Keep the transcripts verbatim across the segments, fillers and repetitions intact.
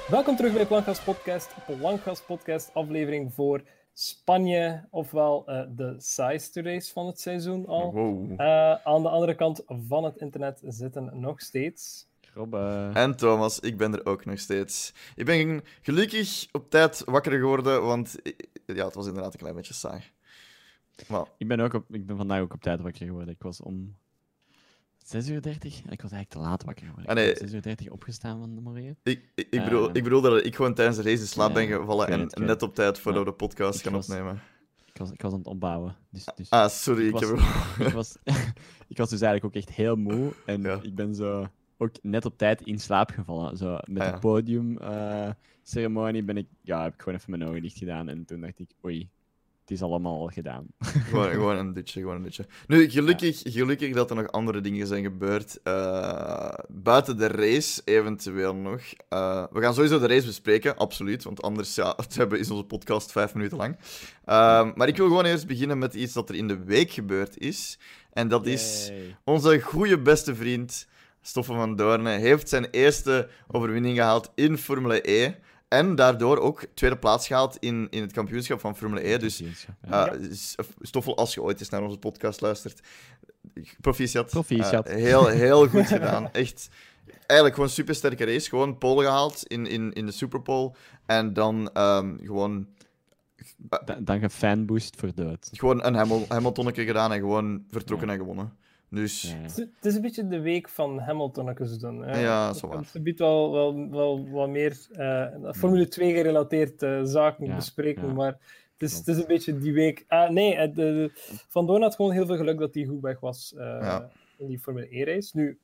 Welkom terug bij Plankgas Podcast. Plankgas Podcast, aflevering voor Spanje, ofwel uh, de saaiste race van het seizoen al. Wow. Uh, aan de andere kant van het internet zitten nog steeds... Robbe. En Thomas, ik ben er ook nog steeds. Ik ben gelukkig op tijd wakker geworden, want ja, het was inderdaad een klein beetje saai. Maar... Ik, ben ook op, ik ben vandaag ook op tijd wakker geworden. Ik was om zes uur dertig. Ik was eigenlijk te laat wakker geworden. Ah, nee. Ik ben om zes uur dertig opgestaan van de morgen. Ik, ik, ik, bedoel, ik bedoel dat ik gewoon tijdens de race in slaap Ja, ben gevallen en weet, weet. net op tijd voordat we de podcast Ik gaan was- opnemen. Ik was, ik was aan het opbouwen. Dus, dus Ah, sorry, ik ik, was- heb... ik, was, ik was dus eigenlijk ook echt heel moe. En Ja. ik ben zo ook net op tijd in slaap gevallen. Zo, met Ah, ja. de podiumceremonie ben ik, ja, heb ik gewoon even mijn ogen dicht gedaan. En toen dacht ik, oei, het is allemaal al gedaan. Gewoon, gewoon een dutje, gewoon een dutje. Nu, gelukkig, gelukkig dat er nog andere dingen zijn gebeurd. Uh, buiten de race, eventueel nog. Uh, we gaan sowieso de race bespreken, absoluut. Want anders ja, het hebben, is onze podcast vijf minuten lang. Uh, maar ik wil gewoon eerst beginnen met iets dat er in de week gebeurd is. En dat is Yay. onze goede beste vriend Stoffel van Doorne heeft zijn eerste overwinning gehaald in Formule E. En daardoor ook tweede plaats gehaald in, in het kampioenschap van Formule E. Dus Ja. uh, Stoffel, als je ooit eens naar onze podcast luistert, proficiat. Proficiat. Uh, heel, heel goed gedaan. Echt, eigenlijk gewoon een supersterke race. Gewoon pole gehaald in, in, in de Superpole. En dan um, gewoon... Uh, Da- dan gefanboost voor dood. gewoon een Hamil- Hamiltonnetje gedaan en gewoon vertrokken Ja. en gewonnen. Dus... Ja. Het is- het is een beetje de week van Hamiltonnetjes doen. Hè. Ja, Er zo waar. komt subiet wel, wel, wel wat meer uh, Formule twee gerelateerd uh, zaken Ja, bespreken, ja. maar het is, het is een beetje die week. Ah, nee, uh, de, de, Van Doorn had gewoon heel veel geluk dat hij goed weg was uh, Ja. in die Formule E-race. Nu,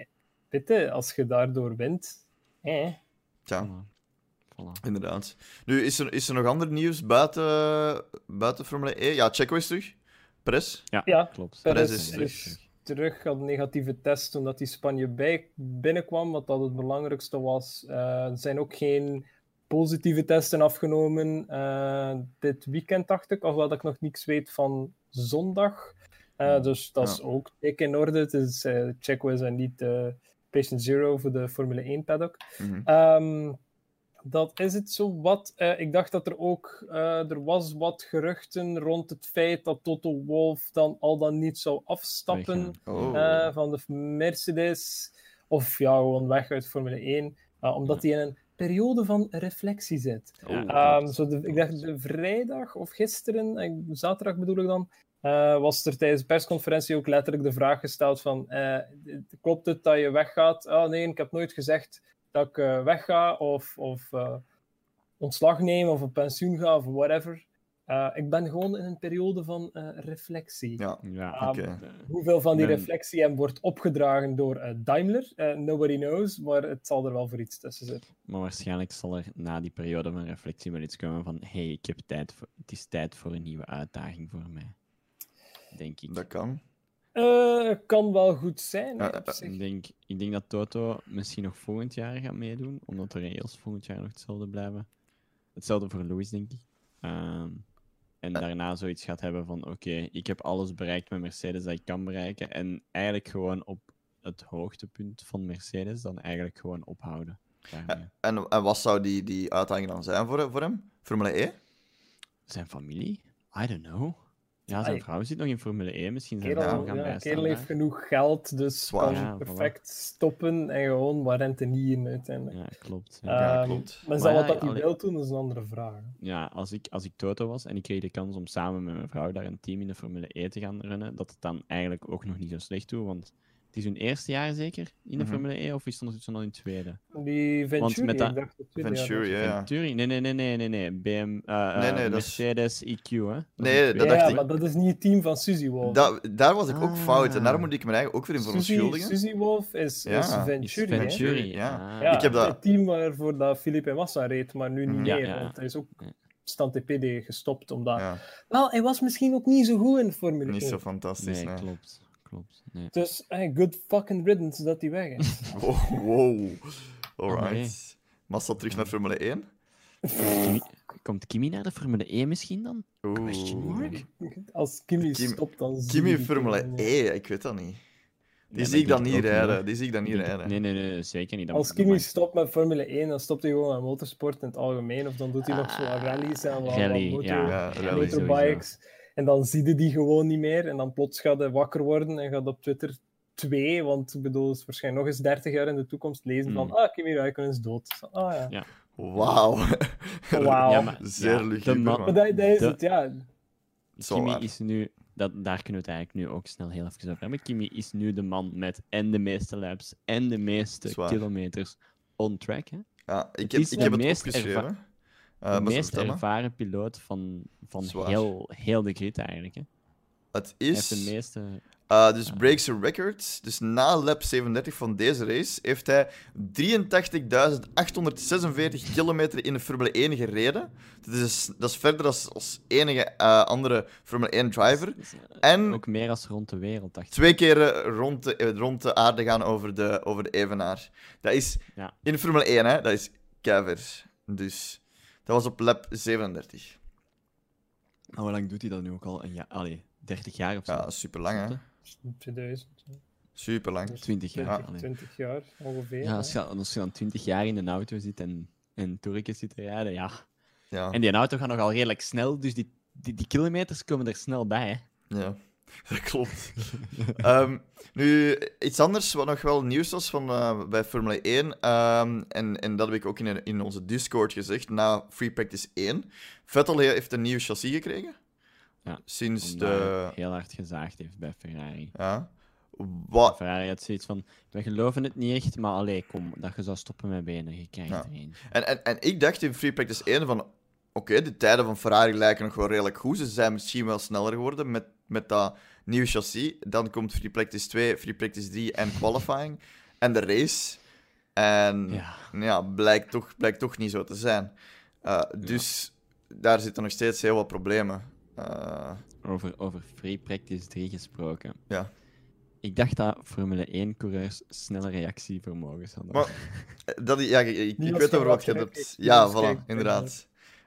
bitte, als je daardoor wint, eh, Tja, Voilà. Voilà. inderdaad. Nu, is er, is er nog ander nieuws buiten, buiten Formule E? Ja, Checo is terug. Perez. Ja, Ja, klopt. Perez is is, terug. terug, had een negatieve test toen dat hij Spanje bij, binnenkwam, wat dat het belangrijkste was. Uh, er zijn ook geen positieve testen afgenomen uh, dit weekend, dacht ik, alhoewel dat ik nog niks weet van zondag. Uh, Ja. dus dat is Ja. ook dik in orde. Het is, uh, Checo is en niet uh, patient zero voor de Formule één paddock. Mhm. Um, dat is het zo wat. Uh, ik dacht dat er ook uh, er was wat geruchten rond het feit dat Toto Wolff dan al dan niet zou afstappen Weggaan. Oh. uh, van de Mercedes. Of ja, gewoon weg uit Formule één. Uh, omdat hij in een periode van reflectie zit. Ja, Um, zo de, ik dacht de vrijdag of gisteren, eh, zaterdag bedoel ik dan, uh, was er tijdens de persconferentie ook letterlijk de vraag gesteld van uh, klopt het dat je weggaat? Ah nee, ik heb nooit gezegd dat ik uh, wegga of, of uh, ontslag neem of op pensioen ga of whatever. Uh, ik ben gewoon in een periode van uh, reflectie. Ja, Ja, Um, oké. Hoeveel van die Ben- reflectie hem wordt opgedragen door uh, Daimler? Uh, nobody knows, maar het zal er wel voor iets tussen zitten. maar waarschijnlijk zal er na die periode van reflectie wel iets komen van hey, ik heb tijd voor, het is tijd voor een nieuwe uitdaging voor mij. Denk ik. Dat kan. Uh, kan wel goed zijn. Ja, hè, op ja, zich. Ik denk, ik denk dat Toto misschien nog volgend jaar gaat meedoen, omdat de regels volgend jaar nog hetzelfde blijven. Hetzelfde voor Lewis, denk ik. Ehm, en daarna zoiets gaat hebben van, oké, ik heb alles bereikt met Mercedes dat ik kan bereiken. En eigenlijk gewoon op het hoogtepunt van Mercedes dan eigenlijk gewoon ophouden. daarmee. En, en wat zou die, die uitdaging dan zijn voor, voor hem? Formule E? Zijn familie? I don't know. Ja, zijn Ai. vrouw zit nog in Formule één. Misschien zijn Kerel, vrouw gaan ja, bijstaan. kerel heeft daar. genoeg geld, dus Zwaar. kan Ja, perfect stoppen en gewoon wat rentenieren uiteindelijk. Ja, klopt. Ja. Ja, Ehm, klopt. Maar, Maar zal ja, wat dat hij allee- wil doen, is een andere vraag. Ja, als ik, als ik Toto was en ik kreeg de kans om samen met mijn vrouw daar een team in de Formule E te gaan runnen, dat het dan eigenlijk ook nog niet zo slecht doet, want het is hun eerste jaar zeker in de Mhm. Formule E, of is het ondertussen al in het tweede? Die Venturi, met dat- ik dacht het tweede jaar Venturi, was. ja. ja. Venturi? Nee, nee, nee, nee, nee, nee. B M, uh, Nee, nee, uh, dat is- Mercedes E Q, hè? Dat is Nee, een dat tweede. dacht ja, ik. maar dat is niet het team van Suzy Wolf. Da- daar was ik ook Ah. fout en daar moet ik me eigenlijk ook weer in Suzy, verontschuldigen. Suzy Wolf is, Ja, is is Venturi. hè. Venturi. ja. Ah. Ja, Ik heb dat- het team waarvoor dat Felipe Massa reed, maar nu niet Mhm. meer, Ja, ja, ja. want hij is ook Ja. stand T P D gestopt. Omdat... Ja, Wel, hij was misschien ook niet zo goed in de Formule niet één. zo fantastisch. Nee, Nee. klopt. Klopt. Nee. Dus hey, good fucking riddance dat hij weg is. Wow, wow. Oh, Alright. nee. Massa terug naar Formule één? Kimi- Komt Kimi naar de Formule één misschien dan? Oeh. Question mark? Als Kimi Kim- stopt, dan zie Kimi je die Formule dingen. E, ik weet dat niet. Die Ja, zie ik dat dan denk niet ik ook niet, rijden. hoor. Die zie ik dan niet Ik denk- rijden. Nee, nee, nee, zeker niet. Dat Als mag- Kimi dat mag- stopt met Formule één, dan stopt hij gewoon met motorsport in het algemeen. Of dan doet hij nog zo wat rallies en wat, wat Rally, motor, ja. Ja, rally rally motorbikes. En dan zie je die gewoon niet meer. En dan plots gaat hij wakker worden en gaat op Twitter twee, want ik bedoel, het is waarschijnlijk nog eens dertig jaar in de toekomst lezen Hmm. van ah, Kimi Räikkönen is dood. Zo, ah ja. Ja. Wauw. Wauw. Ja, maar- Zeer ja, de luguber, man- Maar man. dat, dat is De- het, ja. Dat is wel Kimi waar. is nu, dat, daar kunnen we het eigenlijk nu ook snel heel even over hebben. Kimi is nu de man met en de meeste laps en de meeste Zwaar. kilometers on track. Hè? Ja, ik Het heb, is ik de heb het meest opgeschreven. erva- Uh, de maar meest vertel maar. ervaren piloot van, van Zwaar. heel, heel de grid eigenlijk. Hè? Het Hij heeft de is... meeste... Uh, dus breaks a record. Dus na lap zevenendertig van deze race heeft hij drieëntachtigduizend achthonderdzesenveertig kilometer in de Formule één gereden. Dat is, dat is verder als, als enige uh, andere Formule één driver. Dus, eh, En Ook meer als rond de wereld, dacht ik. twee keren rond de, eh, rond de aarde gaan over de, over de evenaar. Dat is Ja. in de Formule één, hè? Dat is keiver. Dus dat was op lap zevenendertig. Maar hoe lang doet hij dat nu ook al? Een jaar, allee, dertig jaar of zo? Ja, super lang, hè? tweeduizend. Super lang. twintig jaar. Ja. allee. twintig jaar ongeveer. Ja, als je, als je dan twintig jaar in een auto zit en, en toerikjes zit te rijden, ja. Ja. En die auto gaat nogal redelijk snel, dus die, die, die kilometers komen er snel bij, hè. Ja, dat klopt. Ehm, nu, iets anders wat nog wel nieuws was van, eh, bij Formule één, ehm, en, en dat heb ik ook in, in onze Discord gezegd, na Free Practice één. Vettel he- heeft een nieuw chassis gekregen. Ja, Sinds Omdat de... hij heel hard gezaagd heeft bij Ferrari. Ja. Wat... Ferrari had zoiets van, we geloven het niet echt, maar allee, kom, dat je zou stoppen met benen, je krijgt Ja. er één. En, en, en ik dacht in Free Practice één van... Oké, de tijden van Ferrari lijken nog wel redelijk goed. Ze zijn misschien wel sneller geworden met, met dat nieuwe chassis. Dan komt Free Practice twee, Free Practice drie en Qualifying. En de race. En ja, Ja, blijkt, toch, blijkt toch niet zo te zijn. Uh, dus daar zitten nog steeds heel wat problemen. Uh, over, over Free Practice drie gesproken. Ja. Ik dacht dat Formule één-coureurs snelle reactievermogens hadden. Maar dat, ja, ik, ik, Niet ik als weet je over wat je wat hebt. kijkt, Ja, niet als voilà, kijkt, inderdaad.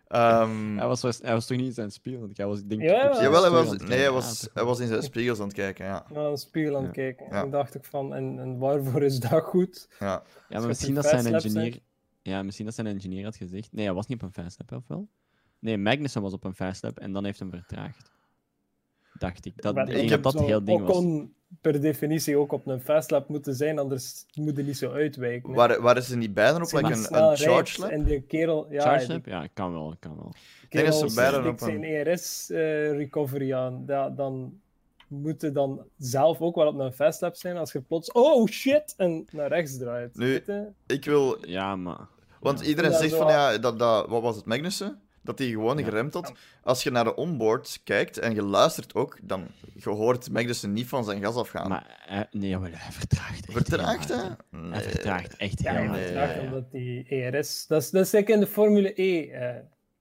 Ehm, Hij was, was- hij was toch niet in zijn spiegel? Want hij was, ik denk, Ja, op zijn jawel, hij stoel was, aan het nee, hij kijken. was, Ah, toch hij wel. was in zijn spiegels aan het kijken, ja. Naar een spiegel aan het Ja. kijken. Ja. En dacht ik van, en, en waarvoor is dat goed? ja. Ja, maar je misschien op dat een zijn fastlap engineer... Ja, misschien dat zijn engineer had gezegd... Nee, hij was niet op een fastlap, of wel? Nee, Magnussen was op een fastlap en dan heeft hem vertraagd. Dacht ik. Dat, Maar ik ik denk heb dat dat het heel ding was. Ocon per definitie ook op een fastlap moeten zijn, anders moet hij niet zo uitwijken. hè. Waar, waar is ze niet beiden op? Als hij Like niet een, snel een charge rijdt lap? En die kerel, ja, Charge die lap? Ja, kan wel, kan wel. denk dat ze kerel beiden stikt op een- zijn E R S-recovery aan. Ja, dan moeten dan zelf ook wel op een fastlap zijn als je plots, oh shit, en naar rechts draait. Nu- Weet je? Ik wil... Ja, maar... Want Ja. iedereen Ja, zegt zo- van, ja, dat, dat, wat was het, Magnussen? Dat hij gewoon Ja. geremd had. Als je naar de onboard kijkt en je luistert ook, dan je hoort Magnussen niet van zijn gas afgaan. Maar hij- nee, jawel, hij vertraagt echt Vertraagd, heel hè? hard, hè. Nee. Hij vertraagt echt Ja, heel je hard. nee. vertraagt ja, ja. omdat die E R S... Dat is, dat is like in de Formule E. eh,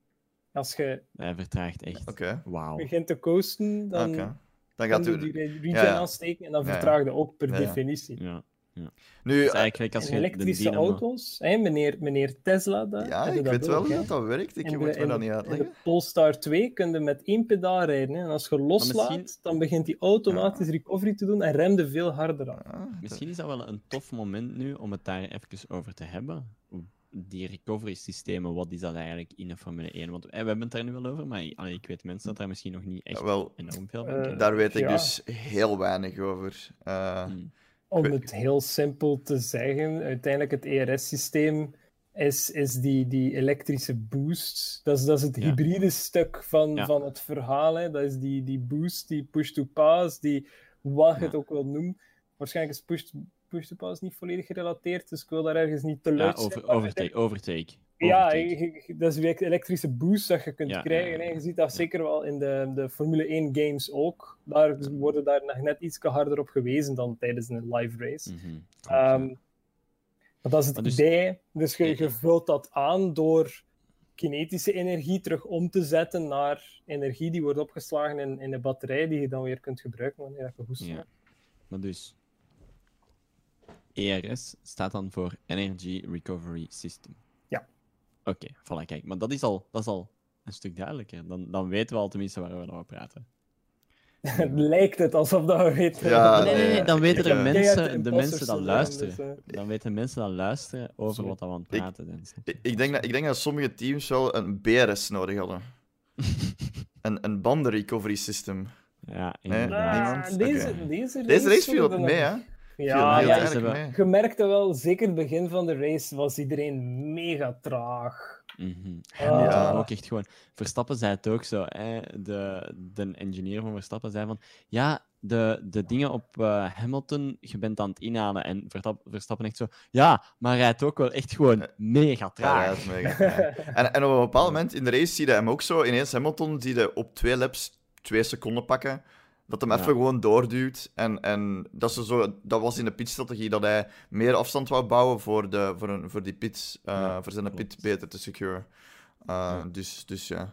als je Hij vertraagt echt. Oké, Wauw. begint te coasten, dan oké. Dan kan gaat je die u... re- regen ja, ja. aansteken en dan Ja, ja. vertraag je ook per Ja, ja. definitie. Ja. Nu, Het is eh, eigenlijk gelijk als En je de elektrische dynamo... auto's, hè, meneer, meneer Tesla, daar, ja, heb je ik dat weet wel ook, hè. dat dat werkt. Ik In moet de, me in dat de- niet in uitleggen. de Polestar twee kun je met één pedaal rijden. Hè. En als je loslaat, misschien- dan begint hij automatisch recovery te doen en remde veel harder aan. Ah, Misschien is dat wel een tof moment nu om het daar even over te hebben. Die recovery systemen, wat is dat eigenlijk in de Formule één? Want eh, we hebben het daar nu wel over, maar allee, ik weet mensen dat daar misschien nog niet echt Ja, wel, enorm veel van eh, kennen. daar weet ik Ja. dus heel weinig over. Eh, Hmm. Om Ik weet- het heel simpel te zeggen, uiteindelijk het E R S-systeem is, is die, die elektrische boost. Dat is, dat is het Ja. hybride stuk van, Ja. van het verhaal. Hè. Dat is die, die boost, die push-to-pass, die wat je Ja. het ook wil noemen. Waarschijnlijk is push, push-to-pass niet volledig gerelateerd, dus ik wil daar ergens niet te Ja, luid zijn, over, maar overtake, overtake. Ja, Overtake. je- je- dat is weer de elektrische boost dat je kunt Ja, krijgen. ja, ja. hè. Je ziet dat zeker wel in de, de Formule één games ook. Daar worden daar nog net iets harder op gewezen dan tijdens een live race. Mhm, klopt, Ehm, ja. maar dat is het Maar dus- idee. Dus je, Ja. je vult dat aan door kinetische energie terug om te zetten naar energie die wordt opgeslagen in, in de batterij, die je dan weer kunt gebruiken wanneer je goed Ja. Maar dus, E R S staat dan voor Energy Recovery System. Ja. Oké, voilà, kijk. Maar dat is al, dat is al een stuk duidelijker. Dan, dan weten we al tenminste waar we over praten. Het lijkt het alsof dat we weten. Ja, nee, nee, nee, dan weten er ik, uh, mensen, de mensen dat syndroom, luisteren. dus, uh... Dan weten mensen dat luisteren over wat we aan het praten zijn. Ik, ik, denk dat, ik denk dat sommige teams wel een B R S nodig hadden. een, een bandenrecovery system. Ja, Nee, inderdaad. Ah, niemand? deze, Oké. deze race, Deze race viel wilde het mee, hè? nog- Viel Ja, heel ja, eigenlijk ze hebben- mee. je merkte wel, zeker het begin van de race was iedereen mega traag. Mhm. Ah. Hamilton Ja. ook echt gewoon. Verstappen zei het ook zo. Hè? De, de engineer van Verstappen zei van. Ja, de, de dingen op uh, Hamilton, je bent aan het inhalen. En Verstap- Verstappen echt zo. Ja, maar hij rijdt ook wel echt gewoon mega Ja, traag. dat is mega traag. en, en op een bepaald moment in de race zie je hem ook zo. Ineens Hamilton zie je op twee laps twee seconden pakken. Dat hem Ja. even gewoon doorduwt. En, en dat, ze zo, dat was in de pitstrategie dat hij meer afstand wou bouwen voor, de, voor, een, voor die pit, uh, Ja, voor zijn klopt. pit beter te secure. Uh, Ja. dus, dus ja.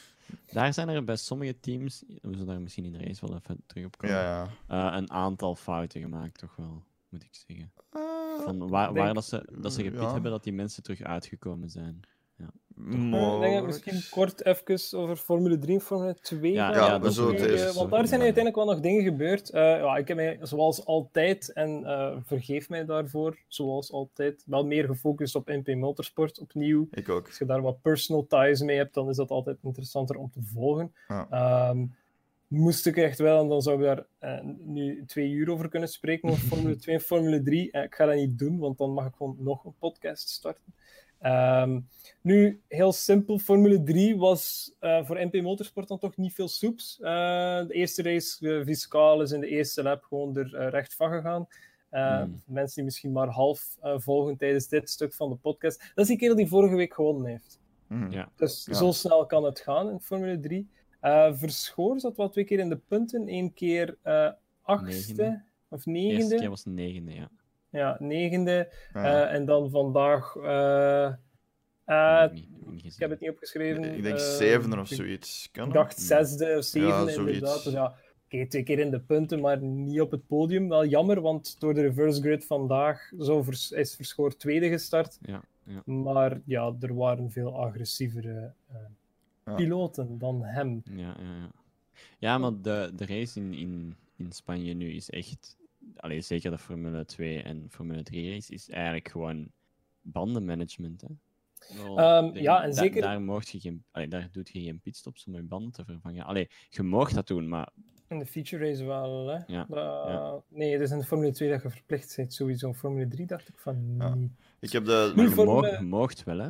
Daar zijn er bij sommige teams, we zullen daar misschien in de race wel even terug op komen, Ja, ja. uh, een aantal fouten gemaakt, toch wel, moet ik zeggen. Uh, Van waar denk- waar dat, ze, dat ze gepit ja. hebben, dat die mensen terug uitgekomen zijn. Ik denk dat mogelijk. misschien kort even over Formule drie en Formule twee Ja, gaan. ja, Want dat zullen we die, het eh, eerst, Want eh, daar zijn ja. uiteindelijk wel nog dingen gebeurd. Eh, ja, ik heb mij, zoals altijd, en eh, vergeef mij daarvoor, zoals altijd, wel meer gefocust op N P Motorsport opnieuw. Ik ook. Als je daar wat personal ties mee hebt, dan is dat altijd interessanter om te volgen. Ja. Ehm, moest ik echt wel, en dan zou ik daar eh, nu twee uur over kunnen spreken, over Formule twee en Formule drie. Eh, ik ga dat niet doen, want dan mag ik gewoon nog een podcast starten. Ehm, nu, heel simpel, Formule drie was uh, voor N P Motorsport dan toch niet veel soeps. Uh, de eerste race, uh, Fiscaal is in de eerste lap gewoon er uh, recht van gegaan. Uh, mm. Mensen die misschien maar half uh, volgen tijdens dit stuk van de podcast. Dat is die kerel die vorige week gewonnen heeft. Mm. Ja. Dus Ja. zo snel kan het gaan in Formule drie. Uh, Verschoor zat wel twee keer in de punten. Eén keer uh, achtste Negende. of De eerste negende. keer was de negende, ja. Ja, negende. Ja. Uh, en dan vandaag... Uh, Dat uh, heb ik niet- niet gezien. ik heb het niet opgeschreven. Ik denk uh, zevende of ik zoiets. Kan Ik dat? dacht zesde of zevende, Ja, inderdaad. zoiets. Dus ja, oké, okay, twee keer in de punten, maar niet op het podium. Wel jammer, want door de reverse grid vandaag zo vers- is Verschoor tweede gestart. Ja, ja. Maar ja, er waren veel agressievere uh, Ja. piloten dan hem. Ja, ja, ja. ja maar de, de race in, in, in Spanje nu is echt... Allee, zeker de Formule twee en Formule drie race is eigenlijk gewoon bandenmanagement. Hè? Wel, Um, de- ja, en da- zeker... Daar, mocht je geen, allee, daar doet je geen pitstops om je banden te vervangen. Allee, je mag dat doen, maar... In de feature race wel, hè. Ja, Dat- ja. Nee, het is in de Formule twee dat je verplicht bent, sowieso. In Formule drie dacht ik van Ja. niet. Ik heb de... Nu Je, voor mag, me- je moogt wel, hè.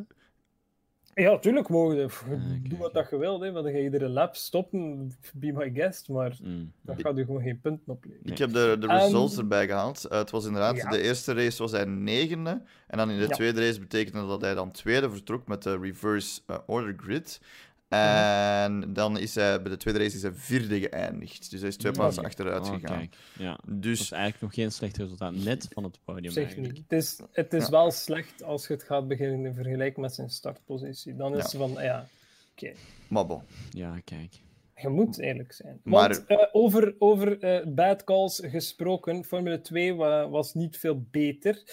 Ja, tuurlijk mogen je. Ah, oké, Doe wat oké. dat je wil, hè. Want dan ga je iedere lap stoppen, be my guest, maar Mm, dat mm. gaat je gewoon geen punten opleveren. Ik heb de, de Ehm, results erbij gehaald. Uh, het was inderdaad, ja. de eerste race was hij negende. En dan in de Ja. tweede race betekende dat hij dan tweede vertrok met de reverse uh, order grid. Mhm. En dan is hij, bij de tweede race is hij vierde geëindigd. Dus hij is twee Mm. plaatsen Oké. achteruit Oh, gegaan. kijk. Ja, dat Dus is eigenlijk nog geen slecht resultaat. Net van het podium, Zeg eigenlijk. niet. Het is, het is Ja. wel slecht als je het gaat beginnen vergelijken met zijn startpositie. Dan is Ja. het van, ja, oké. maar bon. Ja, kijk. Je moet eerlijk zijn. Maar- Want eh, over, over eh, bad calls gesproken, Formule twee wa- was niet veel beter.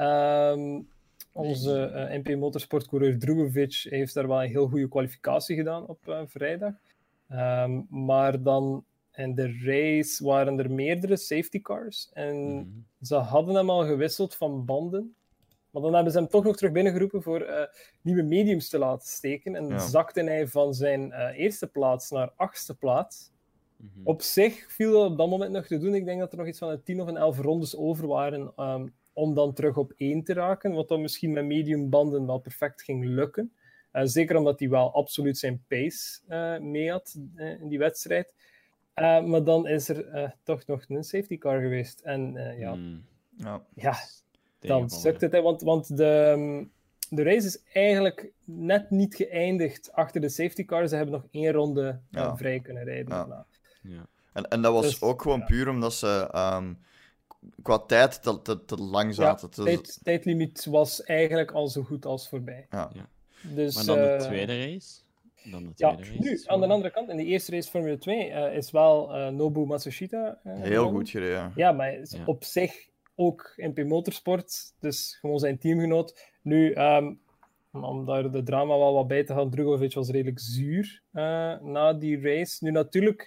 Ehm, onze eh, N P Motorsport-coureur Drugovic heeft daar wel een heel goede kwalificatie gedaan op eh, vrijdag. Ehm, maar dan in de race waren er meerdere safety cars. En Mhm. ze hadden hem al gewisseld van banden. Maar dan hebben ze hem toch nog terug binnengeroepen voor eh, nieuwe mediums te laten steken. En Ja. zakte hij van zijn eh, eerste plaats naar achtste plaats. Mhm. Op zich viel dat op dat moment nog te doen. Ik denk dat er nog iets van een tien of een elf rondes over waren ehm, om dan terug op één te raken. Wat dan misschien met mediumbanden wel perfect ging lukken. Eh, zeker omdat hij wel absoluut zijn pace eh, mee had eh, in die wedstrijd. Eh, maar dan is er eh, toch nog een safety car geweest. En eh, ja, Mm. Ja. ja, dan Tegenvallen. sukt het. Hè, want want de, um, de race is eigenlijk net niet geëindigd achter de safety car. Ze hebben nog één ronde uh, Ja. vrij kunnen rijden. Ja. daarna. Ja. En, en dat was Dus, ook gewoon ja. puur omdat ze ehm, qua tijd te, te, te lang Ja, zaten. Het is- tijd, tijdlimiet was eigenlijk al zo goed als voorbij. ja. Ja. Dus, Maar dan de eh, tweede race? Dan de Ja, tweede race? nu, zo. aan de andere kant, in de eerste race Formule twee uh, is wel uh, Nobu Matsushita. Uh, Heel gewonnen. goed gereden. Ja, maar hij is Ja. op zich ook N P Motorsport, dus gewoon zijn teamgenoot. Nu, um, om daar de drama wel wat bij te gaan, Drugovic was redelijk zuur uh, na die race. Nu natuurlijk,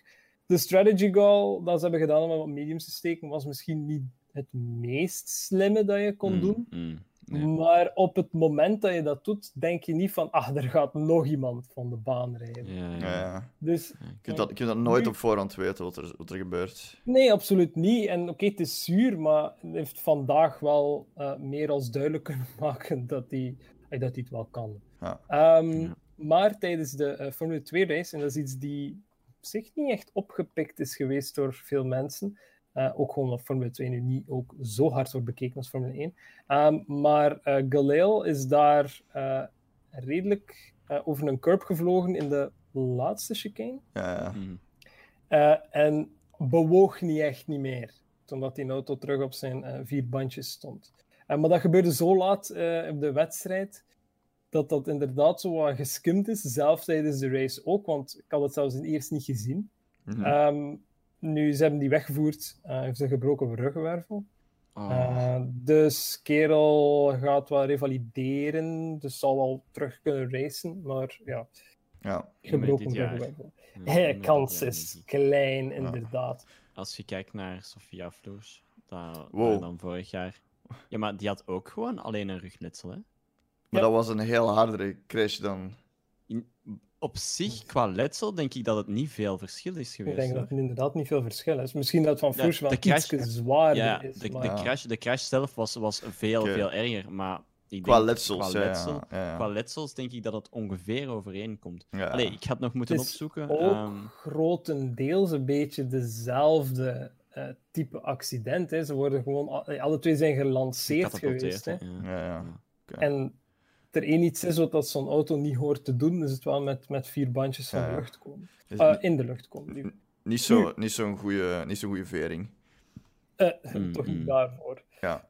de strategy goal dat ze hebben gedaan om hem op mediums te steken, was misschien niet het meest slimme dat je kon Mm, doen. mm, nee. Maar op het moment dat je dat doet, denk je niet van, ah, er gaat nog iemand van de baan rijden. Ja, ja. Ja, ja. Dus Ja, Je kunt dat, je kunt dat nooit op voorhand weten wat er, wat er gebeurt. nee, absoluut niet. En oké, het is zuur, maar hij heeft vandaag wel uh, meer als duidelijk kunnen maken dat hij, uh, dat hij het wel kan. Ja. Um, Ja. Maar tijdens de uh, Formule twee race, en dat is iets die op zich niet echt opgepikt is geweest door veel mensen, uh, ook gewoon omdat Formule twee nu niet ook zo hard wordt bekeken als Formule één, um, maar uh, Galil is daar uh, redelijk uh, over een curb gevlogen in de laatste chicane. Ja, ja. Mm. Uh, en bewoog niet echt niet meer, omdat die auto terug op zijn uh, vier bandjes stond. Uh, maar dat gebeurde zo laat uh, op de wedstrijd, dat dat inderdaad zo wat geskimd is, zelf tijdens de race ook, want ik had het zelfs eerst niet gezien. Mhm. Um, nu, ze hebben die weggevoerd, uh, heeft een gebroken ruggenwervel. Oh. Uh, dus kerel gaat wel revalideren, dus zal wel terug kunnen racen, maar ja, Ja. gebroken dit jaar. ruggenwervel. Ja, De met kans dit jaar, is denk ik. klein, inderdaad. Als je kijkt naar Sofia Floers, dat Wow. dat dan vorig jaar... Ja, maar die had ook gewoon alleen een rugletsel, hè? Maar Ja. dat was een heel hardere crash dan... In, op zich, qua letsel, denk ik dat het niet veel verschil is Ik geweest. denk hoor. dat het inderdaad niet veel verschil is. Misschien dat van Ja, Floers wel de crash- iets zwaarder Ja, is. de, maar... de, Ja. crash, de crash zelf was, was veel, Oké. veel erger, maar ik Qua denk, letsels, qua, ja, letsel, ja, ja, ja. qua letsels denk ik dat het ongeveer overeenkomt. Ja. Allee, ik had nog moeten Het is opzoeken. ook ehm, grotendeels een beetje dezelfde uh, type accident. Hè. Ze worden gewoon... al- Alle twee zijn gelanceerd gecatapulteerd, geweest. Hè. hè, ja. Ja, ja. Ja. Oké. En er één iets is wat dat zo'n auto niet hoort te doen, is het wel met, met vier bandjes van Ja, de ja. lucht komen. Dus Uh, niet- in de lucht komen. Die- niet zo- niet zo'n goede niet zo'n goede vering. Uh, Mm, toch niet mm. daarvoor. Ja.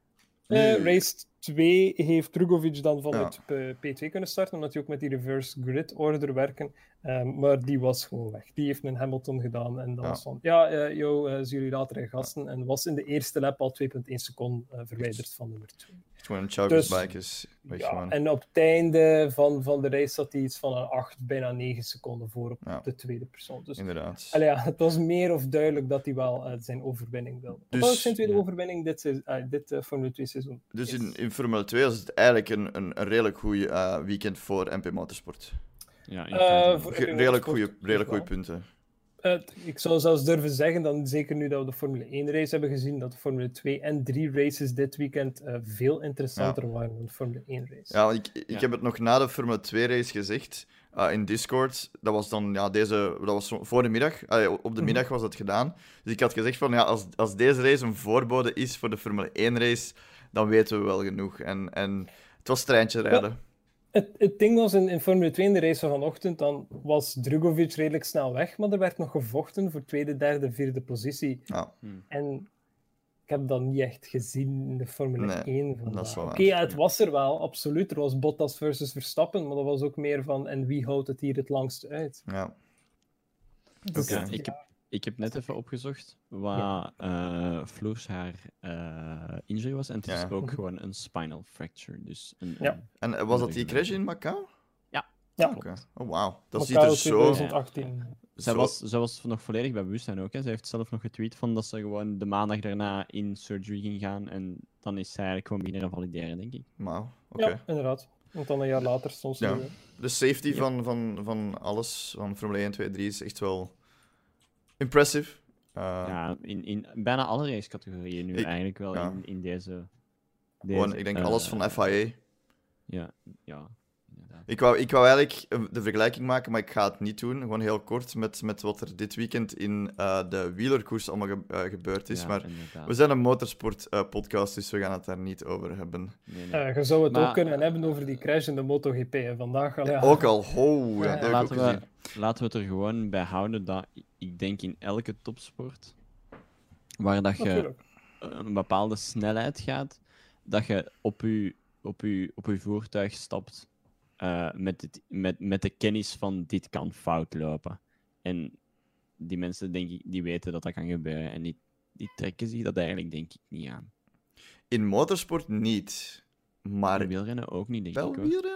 Uh, Nu- race twee heeft Drugovic dan van Ja. het P- P twee kunnen starten, omdat hij ook met die reverse grid order werken. Um, maar die was gewoon weg. Die heeft een Hamilton gedaan en dat Ja. was van, ja, uh, yo, uh, zien jullie later in gasten. En was in de eerste lap al twee komma één seconden uh, verwijderd van nummer twee. Gewoon een Chauker's Dus- bike is weg Ja, gewoon. en op het einde van, van de race zat hij iets van een acht, bijna negen seconden voor op Ja. de tweede persoon. Dus Inderdaad. allee, ja, het was meer of duidelijk dat hij wel uh, zijn overwinning wilde. Dus- Dat was zijn tweede ja. overwinning dit, se- uh, dit uh, Formule twee seizoen. Dus Yes. in, in Formule twee was het eigenlijk een, een, een redelijk goed weekend voor M P Motorsport. Ja, in Uh, feite voor- Ge- in redelijk motorsport goede redelijk wel. goede punten. Uh, ik zou zelfs durven zeggen, dan, zeker nu dat we de Formule één race hebben gezien, dat de Formule twee en drie races dit weekend uh, veel interessanter waren dan de Formule één race. Ja, want ik, ik Ja. heb het nog na de Formule twee race gezegd uh, in Discord. Dat was dan ja, deze, dat was zo- voor de middag. Allee, op de Mhm. middag was dat gedaan. Dus ik had gezegd van ja, als, als deze race een voorbode is voor de Formule één race, dan weten we wel genoeg. En, en het was treintje rijden. Het, het ding was in, in Formule twee in de race van vanochtend, dan was Drugovic redelijk snel weg, maar er werd nog gevochten voor tweede, derde, vierde positie. Ja. En ik heb dat niet echt gezien in de Formule Nee, één vandaag. dat is wel Oké, waar. ja, het was er wel, absoluut. Er was Bottas versus Verstappen, maar dat was ook meer van, en wie houdt het hier het langst uit? Ja. Dus, Ja, Oké. ik, heb, ik heb net even opgezocht wat Ja. eh Floers haar eh, injury was. En het is Ja. ook gewoon een spinal fracture. Dus een, Ja. En eh, was dat die crash in Macau? Ja. Ja. Oké. Oh, wauw. Dat Macau ziet er zo... twintig achttien. Zij zo- was, zij was nog volledig bij bewustzijn ook. Hè. Zij heeft zelf nog getweet van dat ze gewoon de maandag daarna in surgery ging gaan. En dan is zij eigenlijk gewoon beginnen revalideren, denk ik. Wauw, oké. Ja, inderdaad. Want dan een jaar later stond ze Ja. er weer. De safety Ja. van, van, van alles, van Formule één, twee, drie, is echt wel impressive. Uh, Ja, in, in bijna alle racecategorieën nu Ik- eigenlijk wel ja. in, in deze... Gewoon, deze, ik denk eh, alles van F I A. Ja, ja, inderdaad. Ik wou, ik wou eigenlijk eh, de vergelijking maken, maar ik ga het niet doen. Gewoon heel kort met, met wat er dit weekend in uh, de wielerkoers allemaal ge- uh, gebeurd is. Ja, maar inderdaad. we zijn een motorsport-podcast, dus we gaan het daar niet over hebben. Nee, nee. Uh, je zou het Maar- ook kunnen hebben over die crash in de MotoGP. En vandaag al, ja. Ook al, ho, ja, Ja, dat heb ik laten, ook we, gezien. laten we het er gewoon bij houden dat i- ik denk in elke topsport waar dat je Natuurlijk. een bepaalde snelheid gaat, dat je op je, op je, op je voertuig stapt eh, met, het, met, met de kennis van dit kan fout lopen. En die mensen, denk ik, die weten dat dat kan gebeuren. En die, die trekken zich dat eigenlijk, denk ik, niet aan. In motorsport niet, maar In wielrennen ook niet, denk wel ik. Hoor. wielrennen?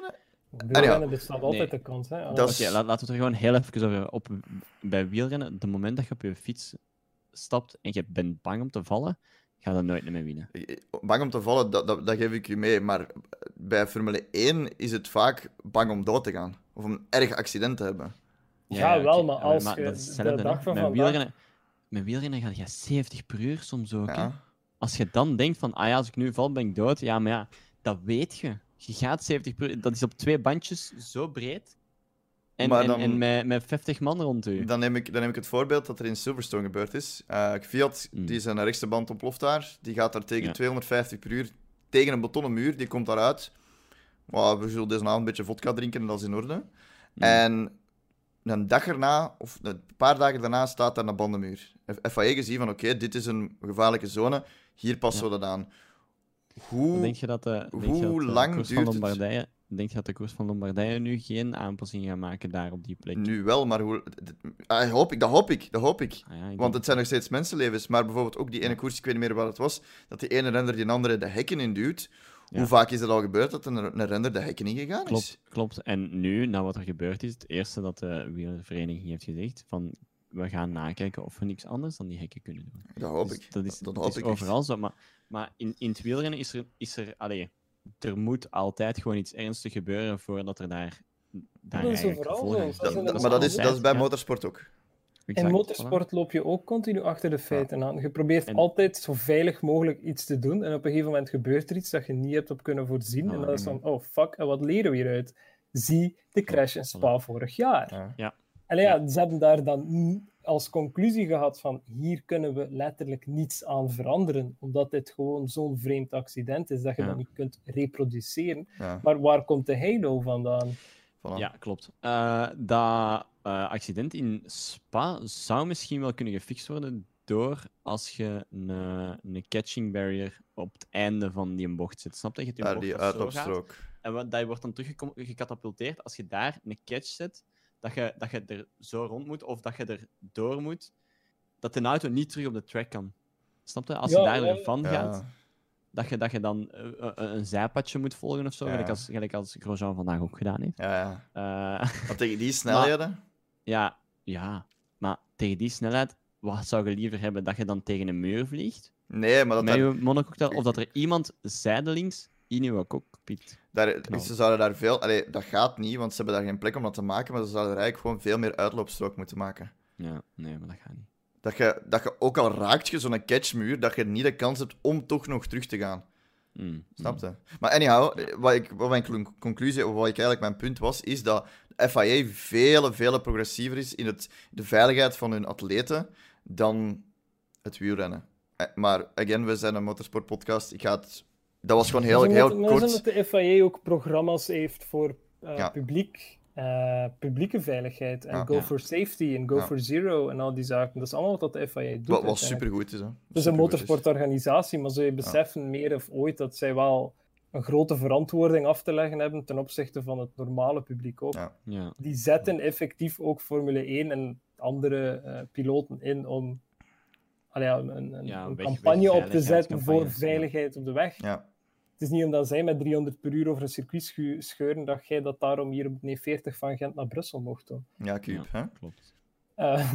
Wielrennen bestaat altijd Nee. de kans. Hè? Dat Oké, is- la- laten we het er gewoon heel even over op. Bij wielrennen, het moment dat je op je fiets stapt en je bent bang om te vallen, ga je dat nooit meer winnen. Bang om te vallen, dat, dat, dat geef ik u mee. Maar bij Formule één is het vaak bang om dood te gaan. Of een erg accident te hebben. Ja, wel, oké, maar als je dat is de hetzelfde, dag hè. van met vandaag- wielrennen, met wielrennen ga je zeventig per uur soms ook. hè. Ja. Als je dan denkt van, ah ja, als ik nu val, ben ik dood. Ja, maar ja, dat weet je. Je gaat zeventig per uur. Dat is op twee bandjes zo breed. En, Maar en, dan- en met, met vijftig man rond u. Dan neem, ik, dan neem ik het voorbeeld dat er in Silverstone gebeurd is. Eh Fiat, Mm. die zijn rechtse band ontploft daar. Die gaat daar tegen Ja. tweehonderdvijftig per uur tegen een betonnen muur. Die komt daaruit. Well, we zullen deze avond een beetje vodka drinken en dat is in orde. Mm. En een dag erna, of een paar dagen daarna, staat daar een bandenmuur. F I A gezien van, oké, dit is een gevaarlijke zone. Hier passen Ja. we dat aan. Hoe... Denk je dat de, denk je hoe dat de lang koers duurt van het? Lombardije, denk je dat de koers van Lombardije nu geen aanpassing gaat maken daar op die plek? Nu wel, maar hoe... Ah, hoop ik, dat hoop ik, dat hoop ik. Ah, ja, ik Want denk- het zijn nog steeds mensenlevens. Maar bijvoorbeeld ook die ene koers, ik weet niet meer wat het was, dat die ene renner die andere de hekken induwt. Ja. Hoe vaak is dat al gebeurd dat een, een renner de hekken ingegaan is? Klopt, klopt. En nu, na wat er gebeurd is, het eerste dat de wielervereniging heeft gezegd, van we gaan nakijken of we niks anders dan die hekken kunnen doen. Dat hoop Dus ik. Dat is, dat dat hoop is ik echt. overal zo. Maar, maar in, in het wielrennen is er, is er allee, er moet altijd gewoon iets ernstigs gebeuren voordat er daar, daar Dat is eigenlijk overal gevolgen zo. zijn. Dat Dat- is maar dat is, dat is bij ja. motorsport ook. In Exact, motorsport loop je ook continu achter de feiten aan. Je probeert En- altijd zo veilig mogelijk iets te doen. En op een gegeven moment gebeurt er iets dat je niet hebt op kunnen voorzien. En Ah, dat is van, oh fuck, en wat leren we hieruit? Zie de crash in Spa vorig jaar. Ja. Ja. En ja, ze hebben daar dan n- als conclusie gehad van, hier kunnen we letterlijk niets aan veranderen. Omdat dit gewoon zo'n vreemd accident is dat je Ja. dat niet kunt reproduceren. Ja, Maar waar komt de halo vandaan? voilà. Ja, klopt. Eh, dat eh, accident in Spa zou misschien wel kunnen gefixt worden door als je een, eh, een catching barrier op het einde van die bocht zet. Snap je? Je hebt die Daar, bocht die dat zo gaat, uitloopstrook. en wat- dat wordt dan teruggecatapulteerd. Als je daar een catch zet, dat je, dat je er zo rond moet of dat je er door moet, dat de auto niet terug op de track kan. Snap je? Als Ja, je daar ja, ja. ervan gaat, Ja. dat je, dat je dan eh, eh, een zijpadje moet volgen of zo, Ja. gelijk als, gelijk als Grosjean vandaag ook gedaan heeft. Ja, ja. Eh, Want tegen die snelheden... Ja, ja, maar tegen die snelheid, wat zou je liever hebben? Dat je dan tegen een muur vliegt Nee, maar dat met daar, je monococktail, of dat er iemand zijdelings in je cockpit... daar, knalt. ze zouden daar veel... Allee, dat gaat niet, want ze hebben daar geen plek om dat te maken, maar ze zouden er eigenlijk gewoon veel meer uitloopstrook moeten maken. Ja, nee, maar dat gaat niet. Dat je, dat je ook al raakt je zo'n catchmuur, dat je niet de kans hebt om toch nog terug te gaan. Mm, Snap mm. je? Maar anyhow, wat, ik, wat mijn clu- conclusie, of wat ik eigenlijk mijn punt was, is dat de F I A veel, veel progressiever is in het, de veiligheid van hun atleten dan het wielrennen. Eh, Maar, again, we zijn een motorsportpodcast. Ik ga het... Dat was gewoon heel, Maar heel ze moeten- maar kort. ze dat de F I A ook programma's heeft voor eh, Ja. publiek, eh, publieke veiligheid. En Ja. Go Ja. for Safety en Go Ja. for Zero en al die zaken. Dat is allemaal wat de F I A doet. Wat, wat uiteindelijk. supergoed is, hè. Het is een Supergoed is. motorsportorganisatie, maar ze beseffen meer of ooit dat zij wel een grote verantwoording af te leggen hebben ten opzichte van het normale publiek ook. Ja. Ja, Die zetten effectief ook Formule één en andere eh, piloten in om allee, ja, een, een, Ja, een weg- campagne op te zetten voor wegveiligheidscampagnes, ja. veiligheid op de weg. Ja. Het is niet omdat zij met driehonderd per uur over een circuit schu- scheuren dat jij dat daarom hier op nee, veertig van Gent naar Brussel mocht doen. Ja, Cube, hè? klopt. Eh,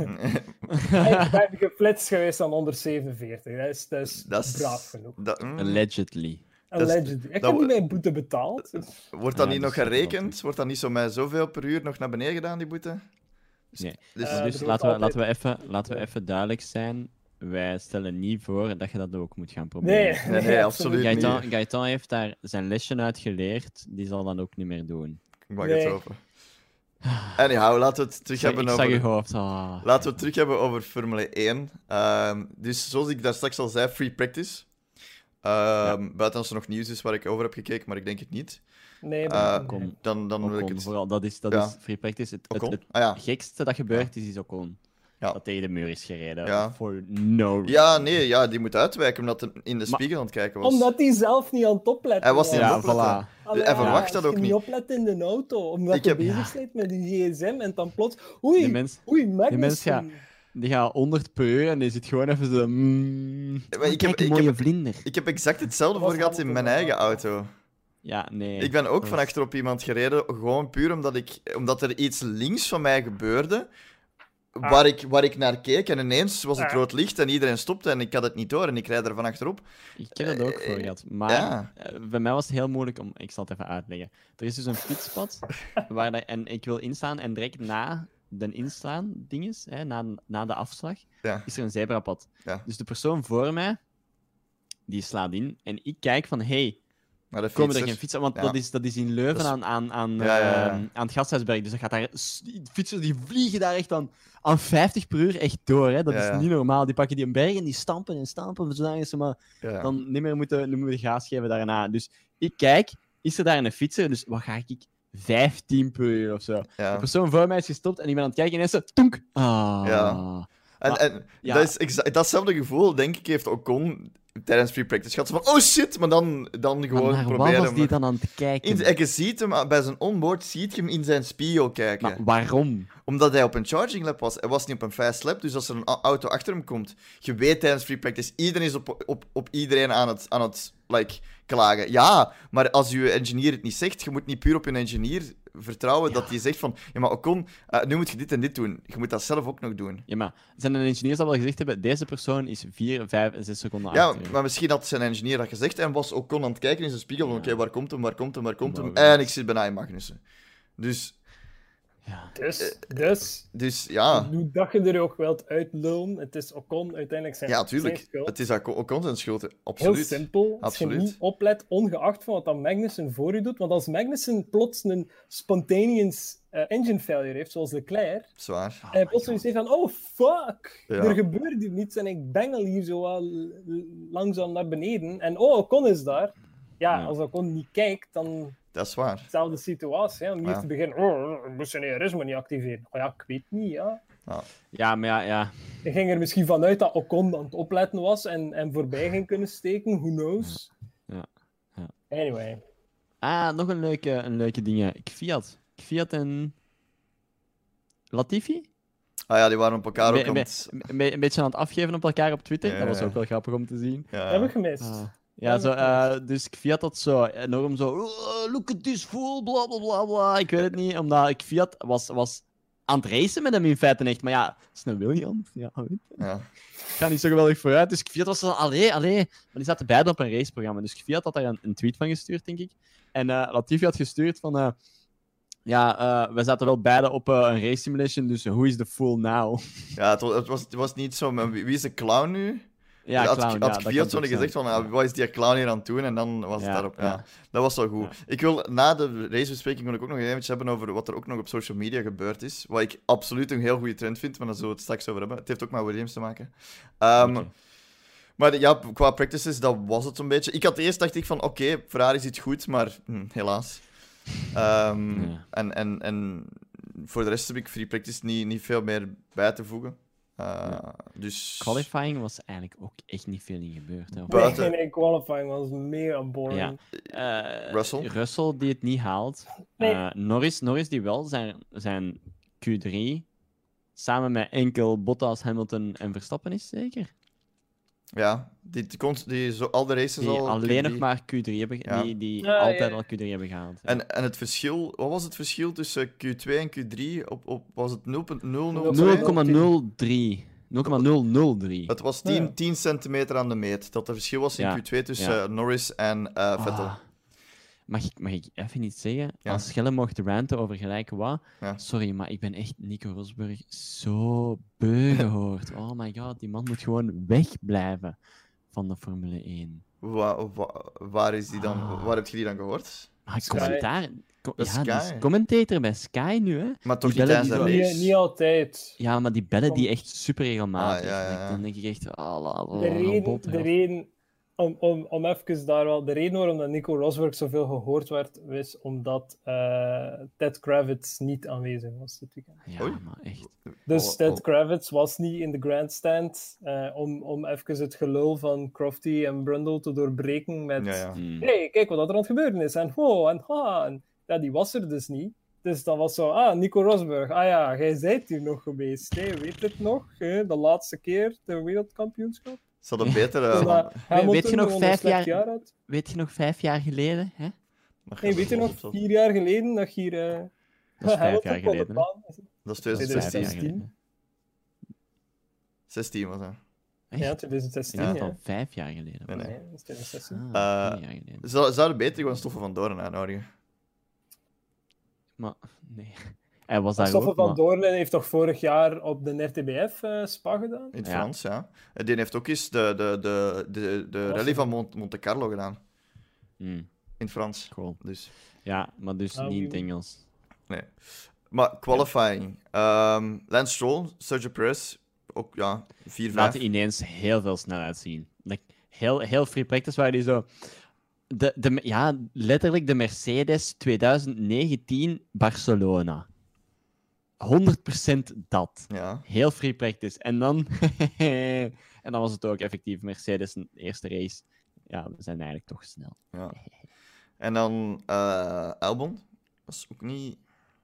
ik ben geflitst geweest aan onder zevenenveertig. Dat is, dat is Dat is... braaf genoeg. Dat, mm, Allegedly. dat is- Allegedly. Ik dat heb wo- niet mijn boete betaald. wordt dat Ja, niet dat nog is wel gerekend? Wordt dat niet zo met zoveel per uur nog naar beneden gedaan, die boete? Dus- Nee. Dus, Eh, dus er laten we, wordt laten, we even, laten we even duidelijk zijn. Wij stellen niet voor dat je dat ook moet gaan proberen. Nee, Nee, nee, absoluut niet. Gaëtan, Gaëtan heeft daar zijn lesje uit geleerd. Die zal dat ook niet meer doen. ik mag Nee. het hopen. Anyhow, laten we het terug Zeg, hebben ik zag je over... hoofd. Ah. Laten we het terug hebben over Formule één. Ehm, dus zoals ik daar straks al zei, free practice. Ehm, Buiten als er nog nieuws is waar ik over heb gekeken, maar ik denk het niet. Nee, Eh, maar- Ocon. Dan, dan wil ik Ocon, het... vooral, dat is, dat Ja. is free practice. Het, het, Ocon? het Ah ja. gekste dat gebeurt is, is Ocon. Ja. Dat tegen de muur is gereden. Ja. For no reason. Ja, nee, ja, die moet uitwijken omdat hij in de Maar- spiegel aan het kijken was. Omdat hij zelf niet aan het opletten Hij was niet was. aan het Ja, opletten. voilà. Allee, Hij verwacht dat als ook je niet. niet oplet in de auto, omdat Ik je heb- bezig Ja. bent met je gsm en dan plots... Oei, Die mens, oei, die Magnussen. mens gaat, die gaat honderd per uur en die zit gewoon even zo... Mm, Maar ik heb- kijk, een ik mooie heb- vlinder. Ik heb exact hetzelfde Dat voor was gehad in Hamilton mijn eigen wel. auto. Ja, nee. Ik ben ook dat van is- achterop iemand gereden, gewoon puur omdat, ik, omdat er iets links van mij gebeurde, Ah. waar, ik, waar ik naar keek en ineens was het Ah. rood licht en iedereen stopte en ik had het niet door en ik rijd er van achterop. Ik heb dat ook voor Eh, gehad. Maar ja. eh, bij mij was het heel moeilijk om... Ik zal het even uitleggen. Er is dus een fietspad waar dat, en ik wil instaan en direct na de inslaan dinges, hè, na, na de afslag, Ja. is er een zebrapad. Ja. Dus de persoon voor mij, die slaat in en ik kijk van, hey, Maar de komen er fietser- geen fietsen? Want Ja. dat, is, dat is in Leuven Dat is- aan, aan, aan, Ja, ja, ja. ehm, aan het Gasthuisberg. Dus dat gaat daar... s- die Fietsers die vliegen daar echt aan, aan vijftig per uur echt door. Hè. Dat Ja, is ja. niet normaal. Die pakken die een berg en die stampen en stampen, zodat ze maar Ja. dan niet meer moeten, niet meer gas geven daarna. Dus ik kijk, is er daar een fietser? Dus wat ga ik? vijftien per uur of zo. De Ja. persoon voor mij is gestopt en ik ben aan het kijken en ineens zo... Tonk! Ah. Ja. En, Maar- en ja. dat is exa- datzelfde gevoel, denk ik, heeft Ocon tijdens free practice gehad. Zo van, oh shit, maar dan, dan Maar gewoon naar wat proberen. was die maar- dan aan het kijken? In, en je ziet hem, bij zijn onboard, ziet je hem in zijn spiegel kijken. Maar waarom? Omdat hij op een charging lap was. Hij was niet op een fast lap, dus als er een a- auto achter hem komt, je weet tijdens free practice, iedereen is op, op, op iedereen aan het, aan het like, klagen. Ja, maar als je engineer het niet zegt, je moet niet puur op je engineer vertrouwen Ja. dat hij zegt van, ja maar Ocon, uh, nu moet je dit en dit doen. Je moet dat zelf ook nog doen. Ja, maar zijn de engineers al wel gezegd hebben, deze persoon is vier, vijf, zes seconden Ja, achter. maar misschien had zijn engineer dat gezegd en was Ocon aan het kijken in zijn spiegel van, Ja. oké, waar komt hem, waar komt hem, waar komt hem? Maar En weet- ik zit bijna in Magnussen. Dus, Ja. Dus, dus dus ja... hoe dat je er ook wilt uitlullen, het is Ocon uiteindelijk zijn, Ja, zijn tuurlijk. schuld. Het is Ocon Ocon zijn schuld, hè. Heel absoluut. simpel. Als je Absoluut. niet oplet, ongeacht van wat dan Magnussen voor je doet. Want als Magnussen plots een spontaneous eh, engine failure heeft, zoals Leclerc, Zwaar. Oh en hij my plots God. zoiets heeft van, oh fuck, Ja. er gebeurt hier niets en ik bengel hier zo wel l- l- langzaam naar beneden. En oh, Ocon is daar. Ja, Ja. als Ocon niet kijkt, dan Dat is waar. dezelfde situatie. Hè, om hier Ja. te beginnen, oh, ik moest zijn E R S maar niet activeren. Oh ja, ik weet niet, ja. Ja, maar ja, ja. Ik ging er misschien vanuit dat Ocon aan het opletten was en, en voorbij ging kunnen steken, who knows. Ja, ja. Anyway. Ah, nog een leuke, een leuke ding. Fiat. Fiat en... Latifi? Ah ja, die waren op elkaar ook Een aan be- het... een be- een beetje aan het afgeven op elkaar op Twitter. Ja, Dat was ja. ook wel grappig om te zien. Ja. Dat heb ik gemist. Ah. Ja, zo, eh, dus Fiat had zo enorm zo... "Oh, look at this fool, bla bla bla bla. Ik weet het niet, omdat ik Fiat was, was aan het racen met hem in feite echt. Maar ja, het is een Williams. Ja, weet je. Ja. Ik ga niet zo geweldig vooruit. Dus Fiat was zo, allee, allee. Maar die zaten beide op een raceprogramma. Dus Fiat had daar een, een tweet van gestuurd, denk ik. En eh Latifi had gestuurd van... eh, ja, eh, we zaten wel beide op eh, een race simulation, dus who is the fool now? Ja, het was, het, was, het was niet zo... maar Wie wie is de clown nu? Ja, had, clown, had ja, dat kan Fiat het zo ook zijn. gezegd van, ah, wat is die clown hier aan het doen? En dan was het Ja, daarop. Ja. ja. Dat was wel goed. Ja. Ik wil na de racebespreking wil ik ook nog eventjes hebben over wat er ook nog op social media gebeurd is. Wat ik absoluut een heel goede trend vind, maar daar zullen we het straks over hebben. Het heeft ook met Williams te maken. Ehm, Oké. Maar ja, qua practices, dat was het zo'n beetje. Ik had eerst dacht ik van, oké, Ferrari zit goed, maar hm, helaas. Ehm, Ja. en, en, en voor de rest heb ik free practice niet, niet veel meer bij te voegen. Uh, Ja. Dus... Qualifying was eigenlijk ook echt niet veel in gebeurd. Hè. Buiten- Nee, nee, qualifying was mega boring. Ja. Eh, Russell? Russell die het niet haalt. Nee. Eh, Norris, Norris die wel zijn, zijn Q drie samen met enkel Bottas, Hamilton en Verstappen is, zeker? Ja, die, die, kon- die zo, al de races Die al... alleen die- nog maar Q drie hebben, ge- Ja. die, die Ja, altijd ja. al Q drie hebben gehaald. Ja. En, en het verschil... Wat was het verschil tussen Q twee en Q drie? Op, op, was het nul komma nul nul twee? nul nul komma nul drie. nul komma nul nul drie. Het was Ja. tien centimeter aan de meet. Dat er verschil was in Ja. Q twee tussen Ja. eh, Norris en eh, Vettel. Ah. Mag ik, mag ik even iets zeggen? Ja. Als Schelle mocht ranten over gelijk wat, Ja. sorry, maar ik ben echt Nico Rosberg zo beu gehoord. Oh my god, die man moet gewoon wegblijven van de Formule één. Wa- wa- waar is die dan? Ah. Waar heb je die dan gehoord? Maar Sky. commentaar... co- Bij ja, die is Sky. commentator bij Sky nu, hè? Maar toch Die niet bellen tijdens de die Niet, race? niet altijd. Ja, maar die bellen die Kom. echt super regelmatig. Ah, ja, ja, ja. Dan denk ik echt... Oh, la, la, De la, reden, bot, de hè. reden om, om, om even daar wel... De reden waarom dat Nico Rosberg zoveel gehoord werd, was omdat eh, Ted Kravitz niet aanwezig was dit weekend. Ja, Oei. maar echt. Dus Oh, Ted oh. Kravitz was niet in de grandstand eh, om, om even het gelul van Crofty en Brundle te doorbreken met... Ja, ja. Hmm. hey, kijk wat er aan het gebeuren is. En ho, en ha. En, ja, die was er dus niet. Dus dan was zo, ah, Nico Rosberg. Ah ja, jij bent hier nog geweest. Hè? Weet het nog? Hè? De laatste keer, de wereldkampioenschap. Ze hadden beter... eh, Toen van- dat Hamilton weet je nog gewoon een vijf slecht jaar- jaar had. Weet je nog, vijf jaar geleden, hè? Dat Hey, gaat weet je los nog, op zelf. vier jaar geleden dat je hier... Uh, Dat is vijf jaar geleden, hè? Dat is Dat is vijf jaar twintig zestien. geleden. zestien was dat. Echt? Ja, twintig zestien, Ik dacht ja. al vijf jaar geleden. Nee, nee. Nee, dat is twintig zestien. Ah, Eh, vier jaar geleden. Zou- Zouden beter gewoon Stoffen van Doorn uitnodigen? Maar, nee. Hij was daar Stoffel ook, van maar... Doorn heeft toch vorig jaar op de R T B F uh, spa gedaan? In het Ja. Frans, ja. En die heeft ook eens de, de, de, de, de was rally het? van Mont- Monte Carlo gedaan. Hmm, In het Frans. cool. Dus, Ja, maar dus Ah, niet in oui, het oui. Engels. nee. Maar qualifying. Ehm, Lance Stroll, Sergio Perez, ook ja, vier vijf. Laten ineens heel veel snelheid zien. Like, heel, heel free practice waar die zo... De, de, ja, letterlijk de Mercedes twintig negentien Barcelona. honderd procent dat. Ja. Heel free practice. En dan... en dan was het ook effectief Mercedes een eerste race. Ja, we zijn eigenlijk toch snel. Ja. En dan eh Albon. Dat is ook niet...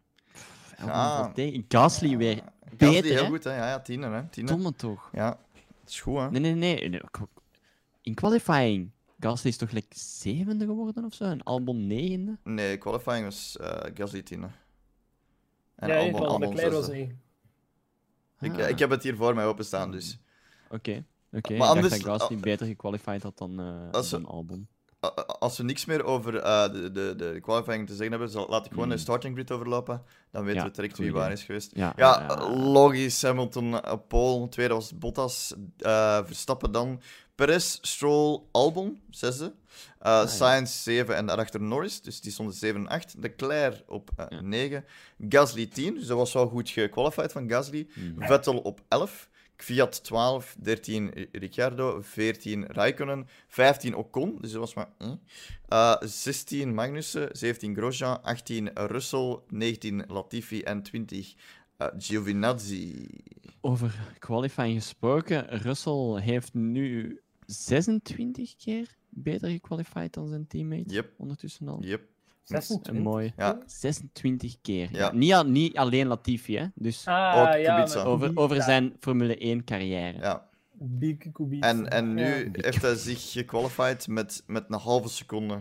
Ja. Ja. Gasly weer Gasly beter, heel hè? goed, hè? Ja, ja, tiende, hè? Tiende. Domme toch? Ja, dat is goed, hè? Nee, nee, nee. nee. In qualifying. Gasly is toch like zevende geworden of zo? En Albon negende? Nee, qualifying was eh Gasly tiende. En Ja, Albon, van Albon Leclerc was zesde. niet. Ik, Ah, ik heb het hier voor mij openstaan, dus... Oké, oké. Maar Ik anders- dacht dat Gasly beter gequalified had dan, eh Als ze- dan Albon. A- a- Als we niks meer over eh, de, de, de qualifying te zeggen hebben, zal, laat ik gewoon Mm. de starting grid overlopen. Dan weten Ja, we direct goed wie waar idee. is geweest. Ja, Ja, ja, ja. logisch. Hamilton op pole. Tweede was Bottas. eh, Verstappen dan. Perez, Stroll, Albon, zesde. Uh, ja. Sainz, zeven en daarachter Norris. Dus die stonden zeven en acht. Leclerc op uh, Ja. negen. Gasly tien. Dus dat was wel goed gequalified van Gasly. Mhm. Vettel op elf. Kvyat twaalf, dertien Ricciardo, veertien Raikkonen, vijftien Ocon, dus dat was maar... Eh. Uh, zestien Magnussen, zeventien Grosjean, achttien Russell, negentien Latifi en twintig uh, Giovinazzi. Over qualifying gesproken, Russell heeft nu zesentwintig keer beter gequalified dan zijn teammate. Yep, Ondertussen al. yep. Een zesentwintig? mooi. Ja. zesentwintig keer. Ja. Ja. Niet, al- niet alleen Latifi, hè. Dus Ah, Ook ja, Kubica. met over, Kubica. over zijn Formule één carrière. Ja. Big Kubica. En, en nu Ja. heeft hij zich gequalified met, met een halve seconde.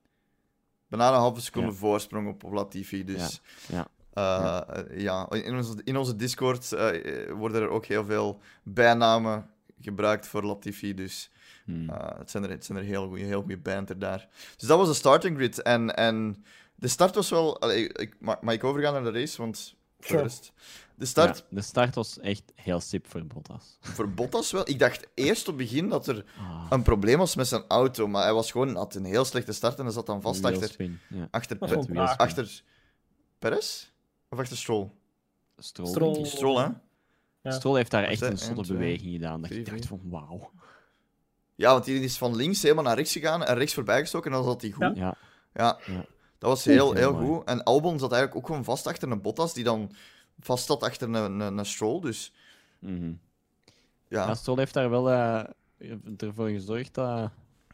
Bijna een halve seconde Ja. voorsprong op, op Latifi, dus... Ja. Uh, ja, in onze, in onze Discord uh, worden er ook heel veel bijnamen gebruikt voor Latifi, dus Hmm. uh, het zijn er, het zijn er heel goede heel goede banter daar. Dus dat was de starting grid. En, en de start was wel... Allee, ik, mag, mag ik overgaan naar de race? Want voor Sure. de rest... De start Ja, de start was echt heel sip voor Bottas. voor Bottas wel. Ik dacht eerst op het begin dat er Ah, een probleem was met zijn auto, maar hij was gewoon, had een heel slechte start en hij zat dan vast achter, wheelspin, Ja. achter, Dat is Pe- wel braak. achter Perez? Of achter Stroll? Stroll, Stroll. denk ik. Stroll, hè? Ja. Stroll heeft daar echt Wacht, een hè. zotte Eén, twee, beweging gedaan. Dat drie, ik dacht vier. van wauw. Ja, want die is van links helemaal naar rechts gegaan en rechts voorbij gestoken en dan zat hij goed. Ja. Ja, Ja. Ja. dat was heel, Heel heel mooi. goed. En Albon zat eigenlijk ook gewoon vast achter een Bottas, die dan vast zat achter een, een, een Stroll. Dus Mhm. ja, Ja, Stroll heeft daar wel eh, ervoor gezorgd dat,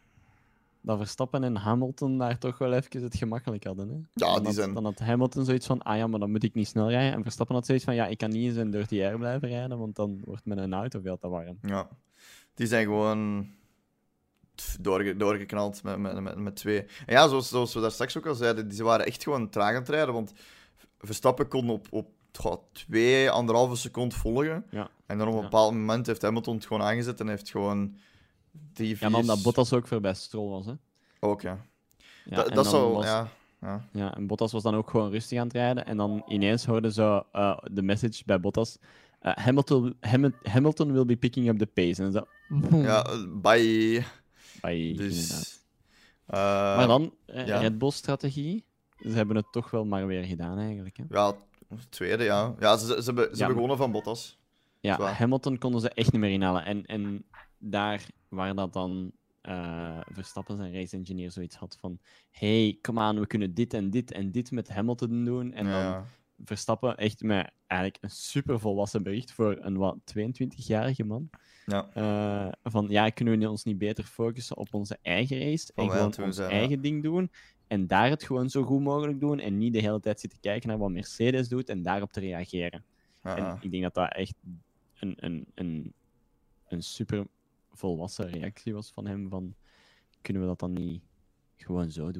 dat Verstappen en Hamilton daar toch wel even het gemakkelijk hadden. Hè? Ja, dan, die had, zijn- dan had Hamilton zoiets van, ah ja, maar dan moet ik niet snel rijden. En Verstappen had zoiets van, ja, ik kan niet in zijn dirty air blijven rijden, want dan wordt mijn auto veel te warm. ja. Die zijn gewoon pff, doorge, doorgeknald met, met, met, met twee. En ja, zoals, zoals we daar straks ook al zeiden, die, ze waren echt gewoon traag aan het rijden, want Verstappen kon op, op goh, twee, anderhalve seconde volgen. Ja. En dan op een Ja. bepaald moment heeft Hamilton het gewoon aangezet en heeft gewoon drie, vier... Ja, maar omdat Bottas ook voorbij Stroll was, hè. Ook, ja. Ja, dat en dat dan zou... was- Ja, ja. Ja, en Bottas was dan ook gewoon rustig aan het rijden. En dan ineens hoorde ze eh, de message bij Bottas. eh, Hamilton, Ham- Hamilton will be picking up the pace. En zo. Ja, eh, bye. Ai, inderdaad. Dus... eh, Maar dan, eh, ja. Red Bull-strategie. Ze hebben het toch wel maar weer gedaan, eigenlijk. Hè? Ja, tweede, ja. Ja, ze, ze, ze, hebben, ze Ja, hebben maar- gewonnen van Bottas. Ja, Zwaar. Hamilton konden ze echt niet meer inhalen. En, en daar waar dat dan eh, Verstappen zijn race engineer zoiets had van hey, kom aan, we kunnen dit en dit en dit met Hamilton doen. En dan Ja, Verstappen echt met eigenlijk een super volwassen bericht voor een wat tweeëntwintigjarige man. ja. Eh, van ja, kunnen we ons niet beter focussen op onze eigen race Van en wij gewoon twee ons zijn, eigen ding doen en daar het gewoon zo goed mogelijk doen en niet de hele tijd zitten kijken naar wat Mercedes doet en daarop te reageren. ja, En ja. ik denk dat dat echt een, een, een, een super volwassen reactie was van hem van kunnen we dat dan niet gewoon zo doen?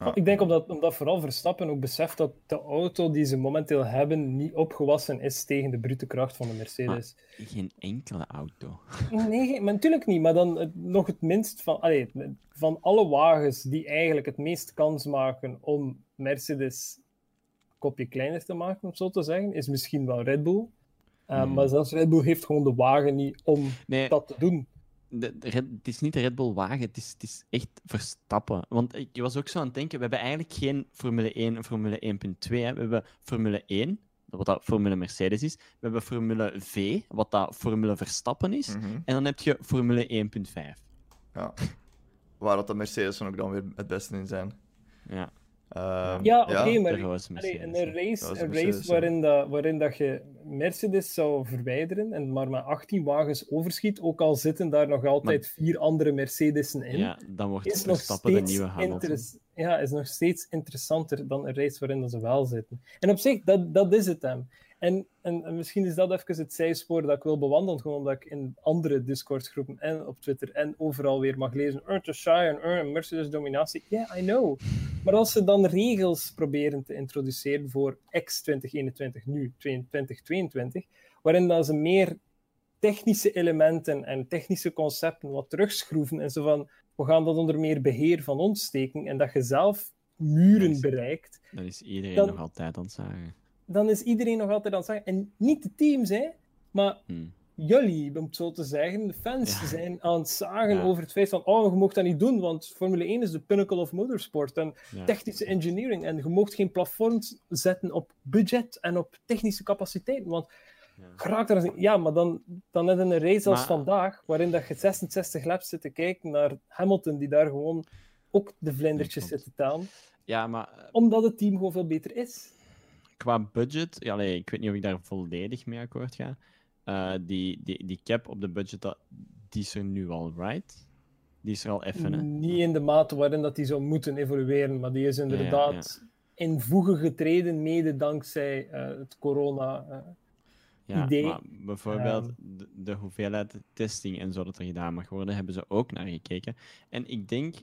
Ja. Ik denk omdat, omdat vooral Verstappen ook beseft dat de auto die ze momenteel hebben niet opgewassen is tegen de brute kracht van de Mercedes. Maar geen enkele auto. Nee, maar natuurlijk niet. Maar dan het, nog het minst van... Allee, van alle wagens die eigenlijk het meest kans maken om Mercedes een kopje kleiner te maken, om zo te zeggen, is misschien wel Red Bull. Uh, Hmm. Maar zelfs Red Bull heeft gewoon de wagen niet om Nee, dat te doen. de, de Red- het is niet de Red Bull wagen, het is, het is echt Verstappen. Want ik was ook zo aan het denken, we hebben eigenlijk geen Formule één en Formule één punt twee. Hè. We hebben Formule één, wat dat Formule Mercedes is. We hebben Formule V, wat dat Formule Verstappen is. Mhm. En dan heb je Formule één punt vijf. Ja. Waar dat de Mercedes dan ook dan weer het beste in zijn. Ja, Ehm, Ja, oké, de maar roze allee, Mercedes. een race, Dat is een een race Mercedes, ja. waarin, dat, waarin dat je Mercedes zou verwijderen en maar met achttien wagens overschiet, ook al zitten daar nog altijd vier andere Mercedes'en in, ja, dan wordt is nog, Verstappen de steeds nieuwe Hamilton. interes- ja, is nog steeds interessanter dan een race waarin dat ze wel zitten. En op zich, dat, dat is het hem. En, en, en misschien is dat even het zijspoor dat ik wil bewandelen, gewoon omdat ik in andere Discord-groepen en op Twitter en overal weer mag lezen, er te saai en er Mercedes-dominatie. Ja, yeah, I know. Maar als ze dan regels proberen te introduceren voor ex twintig eenentwintig, nu twintig tweeëntwintig, waarin dat ze meer technische elementen en technische concepten wat terugschroeven en zo van, we gaan dat onder meer beheer van ons steken en dat je zelf muren Nice. bereikt, Dan is iedereen Dan- nog altijd aan het zagen. dan is iedereen nog altijd aan het zeggen. En niet de teams, hè, maar Hmm. jullie, om het zo te zeggen, de fans, Ja. zijn aan het zagen Ja. over het feit van oh, je mag dat niet doen, want Formule één is de pinnacle of motorsport en Ja. technische engineering en je mag geen plafond zetten op budget en op technische capaciteiten, want Ja. geraakt er... Ja, maar dan, dan heb je een race als Maar- vandaag, waarin dat je zesenzestig laps zit te kijken naar Hamilton, die daar gewoon ook de vlindertjes Ja, zit klopt. te tellen, Ja, maar eh, omdat het team gewoon veel beter is. qua budget, ja, allee, ik weet niet of ik daar volledig mee akkoord ga. Eh, die, die, die cap op de budget, dat, die is er nu al, right? Die is er al even, hè? Niet in de mate waarin dat die zou moeten evolueren, maar die is inderdaad in voegen getreden, mede dankzij eh, het corona. eh. Ja, idee. maar bijvoorbeeld Ehm. de, de hoeveelheid testing en zo dat er gedaan mag worden, hebben ze ook naar gekeken. En ik denk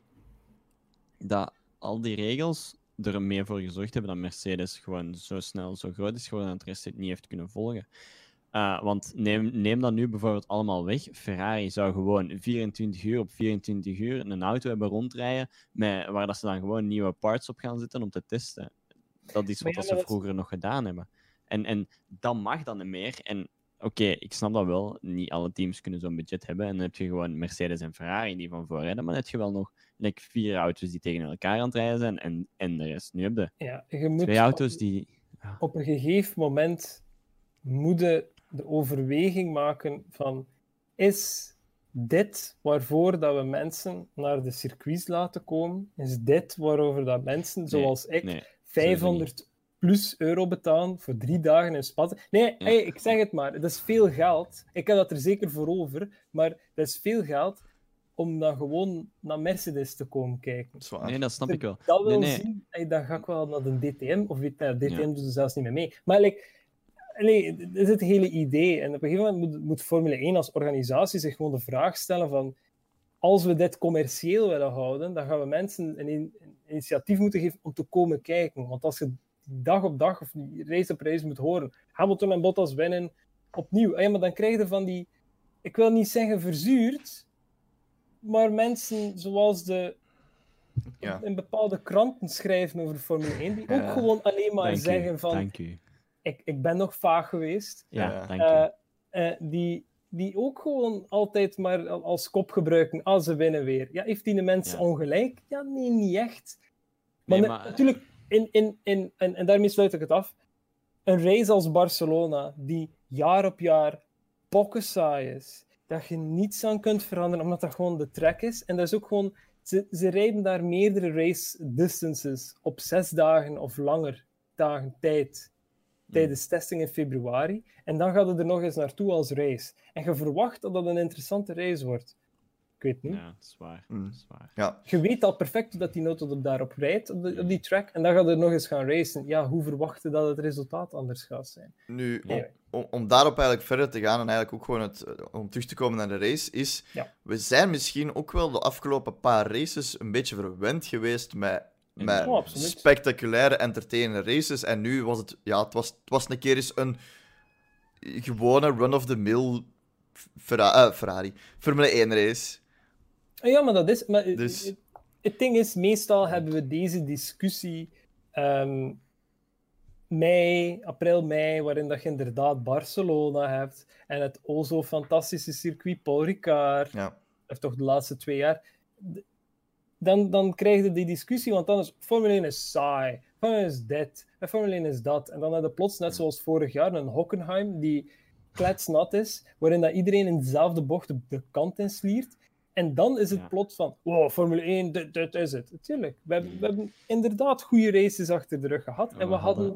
dat al die regels er meer voor gezorgd hebben dat Mercedes gewoon zo snel zo groot is geworden dat de rest het niet heeft kunnen volgen. Uh, want neem, neem dat nu bijvoorbeeld allemaal weg. Ferrari zou gewoon vierentwintig uur op vierentwintig uur een auto hebben rondrijden, met, waar dat ze dan gewoon nieuwe parts op gaan zetten om te testen. Dat is Maar wat ja, dat ze dat- vroeger nog gedaan hebben. En, en dat mag dan niet meer. En oké, ik snap dat wel. Niet alle teams kunnen zo'n budget hebben. En dan heb je gewoon Mercedes en Ferrari die van voor rijden. Maar dan heb je wel nog like, vier auto's die tegen elkaar aan het rijden zijn. En, en de rest. Nu heb je Ja, je moet twee auto's die... Ja. op een gegeven moment moet je de overweging maken van is dit waarvoor dat we mensen naar de circuits laten komen? Is dit waarover dat mensen, zoals ik, nee, vijfhonderd plus euro betalen voor drie dagen in Spa? Nee, Ja. hey, ik zeg het maar, dat is veel geld. Ik heb dat er zeker voor over, maar dat is veel geld om dan gewoon naar Mercedes te komen kijken. Zwaar. Nee, dat snap Als ik wel. dat wil Nee, nee. zien, hey, dan ga ik wel naar de D T M. Of weet je, D T M Ja. doen ze zelfs niet meer mee. Maar like, allee, dat is het hele idee. En op een gegeven moment moet, moet Formule één als organisatie zich gewoon de vraag stellen van als we dit commercieel willen houden, dan gaan we mensen een, een initiatief moeten geven om te komen kijken. Want als je dag op dag of race op race moet horen, Hamilton en Bottas winnen opnieuw, hey, maar dan krijg je van die, ik wil niet zeggen verzuurd, maar mensen zoals de Ja. in bepaalde kranten schrijven over Formule één, die ook Ja. gewoon alleen maar Dank zeggen u, van dank u. ik, ik ben nog vaag geweest. Ja, Ja. dank u. Eh, eh, die, die ook gewoon altijd maar als kop gebruiken, als ze winnen weer. Ja, heeft die de mens Ja. ongelijk? Ja, nee, niet echt. Maar, Nee, ne- maar- natuurlijk, in, in, in, en, en daarmee sluit ik het af, een race als Barcelona, die jaar op jaar pokkensaai is, dat je niets aan kunt veranderen, omdat dat gewoon de track is. En dat is ook gewoon, ze, ze rijden daar meerdere race distances op zes dagen of langer dagen tijd tijdens testing in februari. En dan gaat het er nog eens naartoe als race. En je verwacht dat dat een interessante race wordt. Ik weet niet. Ja, dat is waar. Mm. Dat is waar. Ja, Je weet al perfect dat die auto er daarop rijdt, op, de, op die track. En dan gaat er nog eens gaan racen. Ja, hoe verwachten dat het resultaat anders gaat zijn? nu, om, Ja. om, om daarop eigenlijk verder te gaan en eigenlijk ook gewoon het, eh, om terug te komen naar de race, is Ja. we zijn misschien ook wel de afgelopen paar races een beetje verwend geweest met met Oh, absoluut. spectaculaire, entertainende races. En nu was het... Ja, het was, het was een keer eens een gewone run-of-the-mill Ferra- uh, Ferrari. Formule één race. Ja, maar dat is... Maar Dus- het, het ding is, meestal hebben we deze discussie... ehm, mei, april, mei, waarin dat je inderdaad Barcelona hebt. En het o zo fantastische circuit Paul Ricard. Ja. Of toch de laatste twee jaar. Dan, dan krijg je die discussie, want dan is Formule één is saai. Formule één is dit. En Formule één is dat. En dan heb je plots, net zoals vorig jaar, een Hockenheim die kletsnat is, waarin dat iedereen in dezelfde bocht de, de kant in sliert. En dan is het Ja. plots van, wow, Formule één, dit, dit is het. Tuurlijk, we hebben, we hebben inderdaad goede races achter de rug gehad. En we hadden...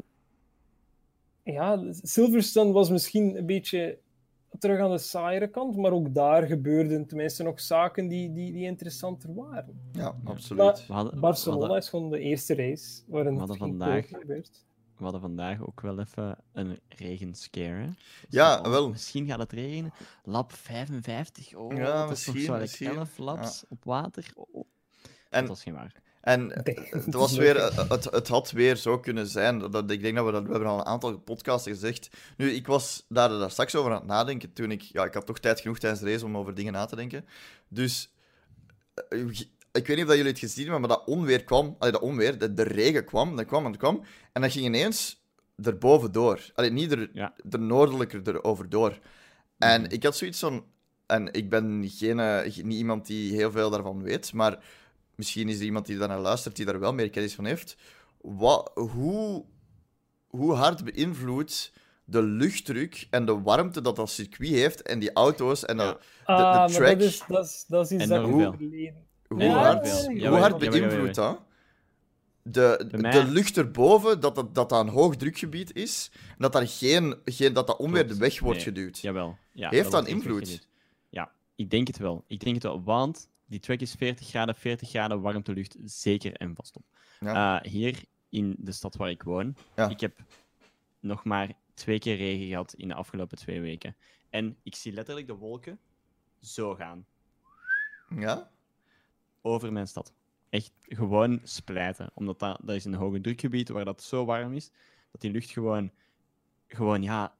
Ja, Silverstone was misschien een beetje terug aan de saaiere kant, maar ook daar gebeurden tenminste nog zaken die, die, die interessanter waren. Ja, absoluut. Maar We hadden, we Barcelona hadden, is gewoon de eerste race waarin we het hadden geen vandaag- kloot gebeurt. we hadden vandaag ook wel even een regenscare. Hè? Dus Ja, van, oh, wel. Misschien gaat het regenen. Lap vijfenvijftig. Oh, Ja, dat is nog misschien, zo like misschien. elf laps op water. Oh, En- dat was geen waar. En Nee, het, het was is weer, leuk. het, het had weer zo kunnen zijn. Dat, ik denk dat we dat we hebben al een aantal podcasts gezegd. Nu, ik was daar, daar straks over aan het nadenken. Toen ik, ja, ik had toch tijd genoeg tijdens de race om over dingen na te denken. Dus eh, ik weet niet of dat jullie het gezien hebben, maar dat onweer kwam. Allee, dat onweer, de, de regen kwam, dat kwam en dat kwam. En dat ging ineens erboven door. Allee, niet er, Ja. er noordelijker erover door. En Mhm. ik had zoiets van... En ik ben geen, eh, niet iemand die heel veel daarvan weet, maar misschien is er iemand die daarnaar luistert die daar wel meer kennis van heeft. Wat, hoe, hoe hard beïnvloedt de luchtdruk en de warmte dat dat circuit heeft en die auto's en dat, Ah, de maar track- dat is, dat is, dat is iets Enorm dat ik veel. verleden... hoe Ja, hard, ja, ja, hoe jawel, hard jawel, beïnvloedt jawel. dat? De, Bij mij- de lucht erboven, dat dat, dat, dat een hoog drukgebied is, en dat, daar geen, geen, dat dat onweer de Klopt. weg wordt Nee. geduwd. Jawel. Ja, Heeft dat wordt een echt invloed? weggeduwd. Ja, ik denk het wel. Ik denk het wel, want die track is veertig graden, veertig graden warmtelucht, zeker en vast op. Ja. Eh, hier in de stad waar ik woon, Ja. ik heb nog maar twee keer regen gehad in de afgelopen twee weken. En ik zie letterlijk de wolken zo gaan Ja? over mijn stad. Echt gewoon splijten. Omdat dat, dat is een hoge drukgebied waar dat zo warm is, dat die lucht gewoon, gewoon ja,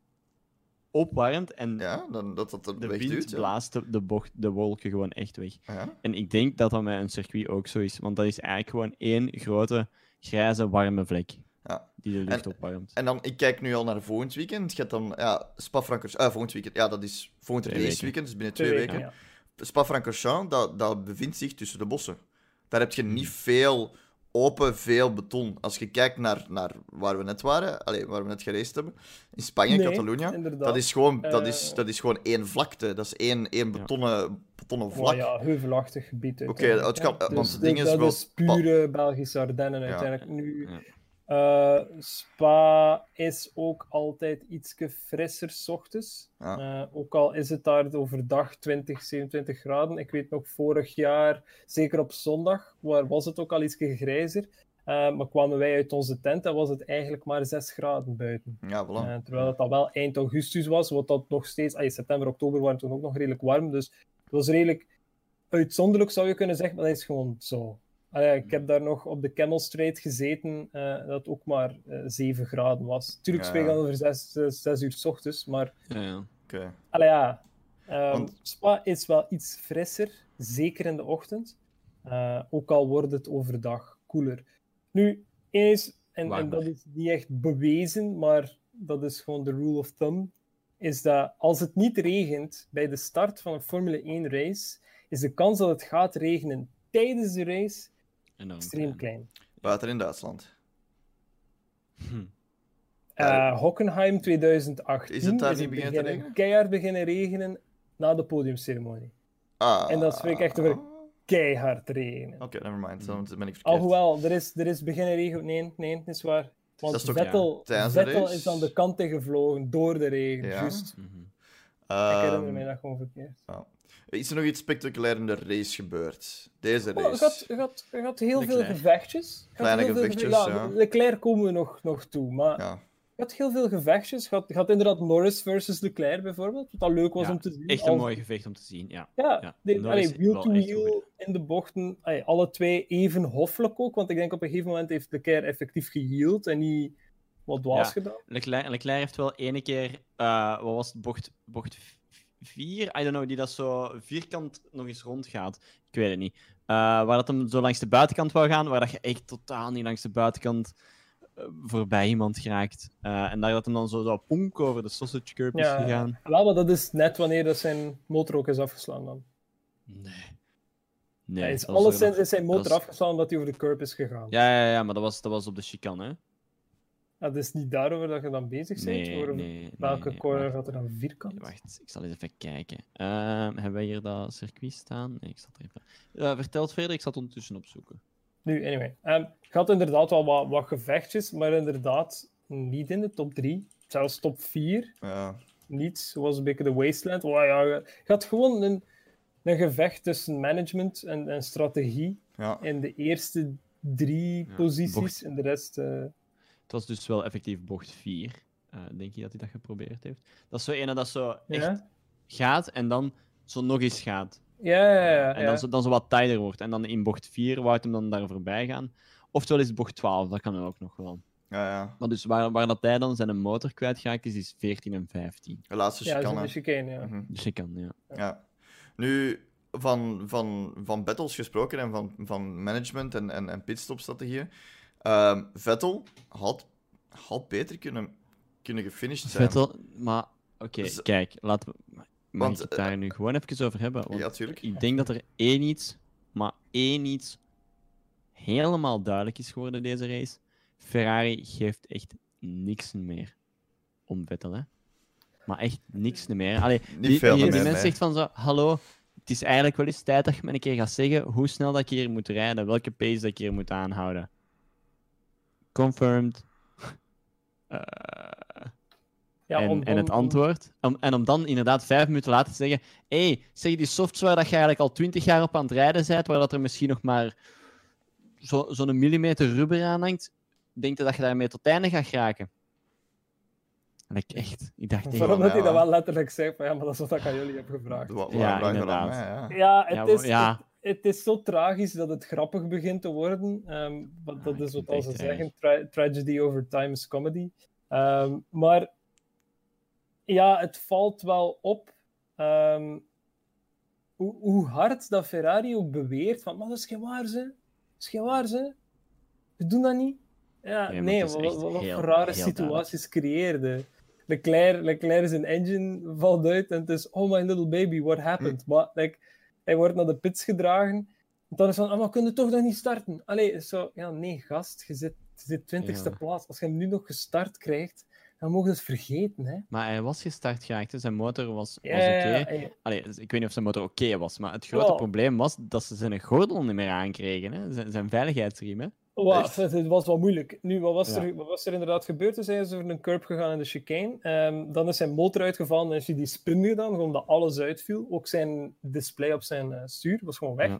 opwarmt en Ja, dan, dat dat er de wegduwt. wind Ja. blaast de, de, bocht, de wolken gewoon echt weg. Ja. En ik denk dat dat met een circuit ook zo is, want dat is eigenlijk gewoon één grote, grijze, warme vlek Ja. die de lucht En- opwarmt. En dan, ik kijk nu al naar volgend weekend. Je hebt dan, ja, Spa-Francorchamps... Ah, volgend weekend. Ja, dat is volgend Twee weken. raceweekend, dus binnen Twee twee weken, weken. ja. Spa-Francorchamps, dat, dat bevindt zich tussen de bossen. Daar heb je Mhm. niet veel open, veel beton. Als je kijkt naar, naar waar we net waren, allee, waar we net geraced hebben, in Spanje, Nee, Catalonië, inderdaad. dat is, gewoon, dat, is, Eh. dat is gewoon één vlakte. Dat is één, één betonnen, betonnen vlak. Maar ja, heuvelachtig gebied. Oké, uiteindelijk, het kan- hè. want Dus het ding dit- is dat wel- is pure Belgische Ardennen Ja. uiteindelijk. Nu, Ja. eh, Spa is ook altijd iets frisser 's ochtends. Ja. Eh, ook al is het daar overdag twintig, zevenentwintig graden. Ik weet nog vorig jaar, zeker op zondag, waar was het ook al iets grijzer. Eh, maar kwamen wij uit onze tent en was het eigenlijk maar zes graden buiten. Ja, voilà. Eh, terwijl het dan wel eind augustus was, wat dat nog steeds... Ah, september, oktober waren toen ook nog redelijk warm. Dus het was redelijk uitzonderlijk, zou je kunnen zeggen, maar dat is gewoon zo. Allee, ik heb daar nog op de Camel Strait gezeten, eh, dat ook maar eh, zeven graden was. Tuurlijk Ja. spreken we over zes, zes, zes uur 's ochtends, maar Ja, ja. Oké. allee, ja. Ehm, Want- Spa is wel iets frisser, zeker in de ochtend. Eh, ook al wordt het overdag koeler. Nu, eens, en, en Warmer. dat is niet echt bewezen, maar dat is gewoon de rule of thumb, is dat als het niet regent bij de start van een Formule één race, is de kans dat het gaat regenen tijdens de race Enorm extreem klein. klein. Buiten in Duitsland. Hm. Ja, Eh, Hockenheim tweeduizend achttien Is het daar is niet beginnen te regenen? keihard beginnen regenen na de podiumceremonie. Ah. En dan spreek ik echt over keihard regenen. Oké, nevermind. Dan ben ik verkeerd. Alhoewel, er is, er is beginnen regenen. Nee, nee, dat is waar. Want Dat is toch- Vettel, ja, tijdens de Vettel race? is aan de kant gevlogen door de regen. Ja. Juist. Mhm. Ik herinner Ehm, mij dat gewoon verkeerd. Is er nog iets spectaculair in de race gebeurd? Deze Oh, race. je, had, je, had, je had heel veel Leclerc. gevechtjes. Je had Kleine heel veel gevechtjes, geve- ja. Leclerc komen we nog, nog toe. Maar Ja. Je had heel veel gevechtjes. Je had, je had inderdaad Norris versus Leclerc bijvoorbeeld, wat al leuk was Ja, om te zien. Echt een Als- mooi gevecht om te zien, ja. Ja, Ja, de, Norris allee, wheel wel to echt wheel in de bochten. Allee, alle twee even hoffelijk ook, want ik denk op een gegeven moment heeft Leclerc effectief geheeld en niet wat dwaas Ja. gedaan. Leclerc, Leclerc heeft wel ene keer, uh, wat was het, bocht, bocht vier? I don't know, die dat zo vierkant nog eens rondgaat. Ik weet het niet. Uh, waar dat hem zo langs de buitenkant wou gaan, waar dat je echt totaal niet langs de buitenkant uh, voorbij iemand geraakt. Uh, en daar dat hem dan zo, zo ponk over de sausage curb is Ja, gegaan. wel, maar dat is net wanneer dat zijn motor ook is afgeslaan dan. Nee. Nee. Hij is dat was alleszins nog- is zijn motor dat is- afgeslaan omdat hij over de curb is gegaan. Ja, ja, ja, maar dat was, dat was op de chicane, hè? Dat is niet daarover dat je dan bezig bent. Nee, Over nee, welke nee, corner wacht. gaat er dan vierkant? Wacht, ik zal eens even kijken. Uh, hebben wij hier dat circuit staan? Nee, ik zat er even... Uh, vertel het verder, ik zat ondertussen opzoeken. Nu, anyway. Um, je had inderdaad wel wat, wat gevechtjes, maar inderdaad niet in de top drie. Zelfs top vier. Ja. Niet, zoals een beetje de Wasteland. Wow, ja, je, je had gewoon een, een gevecht tussen management en, en strategie Ja. in de eerste drie Ja, posities. bocht. En de rest... Uh... Het was dus wel effectief bocht vier. Uh, denk je dat hij dat geprobeerd heeft? Dat is zo ene dat zo echt Ja? gaat en dan zo nog eens gaat. Ja, ja, ja. En ja. dan zo, dan zo wat tijder wordt. En dan in bocht vier wou het hem dan daar voorbij gaan. Oftewel is bocht twaalf, dat kan dan ook nog wel. Ja, ja. Maar dus waar, waar dat hij dan zijn motor kwijtgeraakt is, is veertien en vijftien. De laatste Ja, chicane. zo'n chicane, ja. Mhm. Dus ik kan, ja. Ja. Nu, van, van, van battles gesproken en van, van management en, en, en pitstopstrategieën. Uh, Vettel had, had beter kunnen, kunnen gefinished zijn. Vettel, maar oké, okay, Z- kijk, laten we. Mag Want, ik het daar nu gewoon even over hebben? Want Ja, tuurlijk. ik denk dat er één iets, maar één iets helemaal duidelijk is geworden deze race. Ferrari geeft echt niks meer om Vettel, hè? Maar echt niks meer. Allee, Niet die, veel die, meer, die mens nee. zegt van zo, hallo, het is eigenlijk wel eens tijd dat je me een keer gaat zeggen hoe snel dat ik hier moet rijden, welke pace dat ik hier moet aanhouden. Confirmed. Uh, Ja, en, om- en het om- om- antwoord. Om, en om dan inderdaad vijf minuten later te zeggen: hé, hey, zeg die software dat je eigenlijk al twintig jaar op aan het rijden bent, waar dat er misschien nog maar zo- zo'n millimeter rubber aan hangt, denk je dat je daarmee tot het einde gaat geraken? En ik echt, ik dacht echt. Waarom dat hij ja. dat wel letterlijk zei, van ja, maar dat is wat ik aan jullie heb gevraagd. Wa- Ja, waarom vraag je dat aan inderdaad. mij, ja. Ja, het, Ja, is, ja. Het, het is zo tragisch dat het grappig begint te worden. Ehm, want dat Ah, is ik wat vind ze het echt zeggen, tra- tragedy over time is comedy. Ehm, maar ja, het valt wel op ehm, hoe, hoe hard dat Ferrari ook beweert van, maar dat is geen waar, ze. Dat is geen waar, ze. We doen dat niet. Ja, maar nee, het is wat, echt wat, wat heel- voor rare heel situaties creëerde. Leclerc, Leclerc zijn engine valt uit en het is, oh my little baby, what happened? Maar like, hij wordt naar de pits gedragen. En dan is van, ah, maar kun je toch nog niet starten? Allee, zo, ja, nee, gast, je zit, je zit twintigste Ja. plaats. Als je hem nu nog gestart krijgt, dan mogen we het vergeten, hè. Maar hij was gestart geraakt, hè. Zijn motor was, was Ja, oké. ja, ja, ja. Allee, dus ik weet niet of zijn motor oké was, maar het grote Wel. probleem was dat ze zijn gordel niet meer aankregen, hè. Zijn, zijn veiligheidsriem, hè. Wow, Echt? het, het was wel moeilijk. Nu, wat was, Ja. er, wat was er inderdaad gebeurd? Dus hij is over een curb gegaan in de chicane. Ehm, dan is zijn motor uitgevallen en heeft hij die spin gedaan, gewoon dat alles uitviel. Ook zijn display op zijn uh, stuur was gewoon weg. Ja.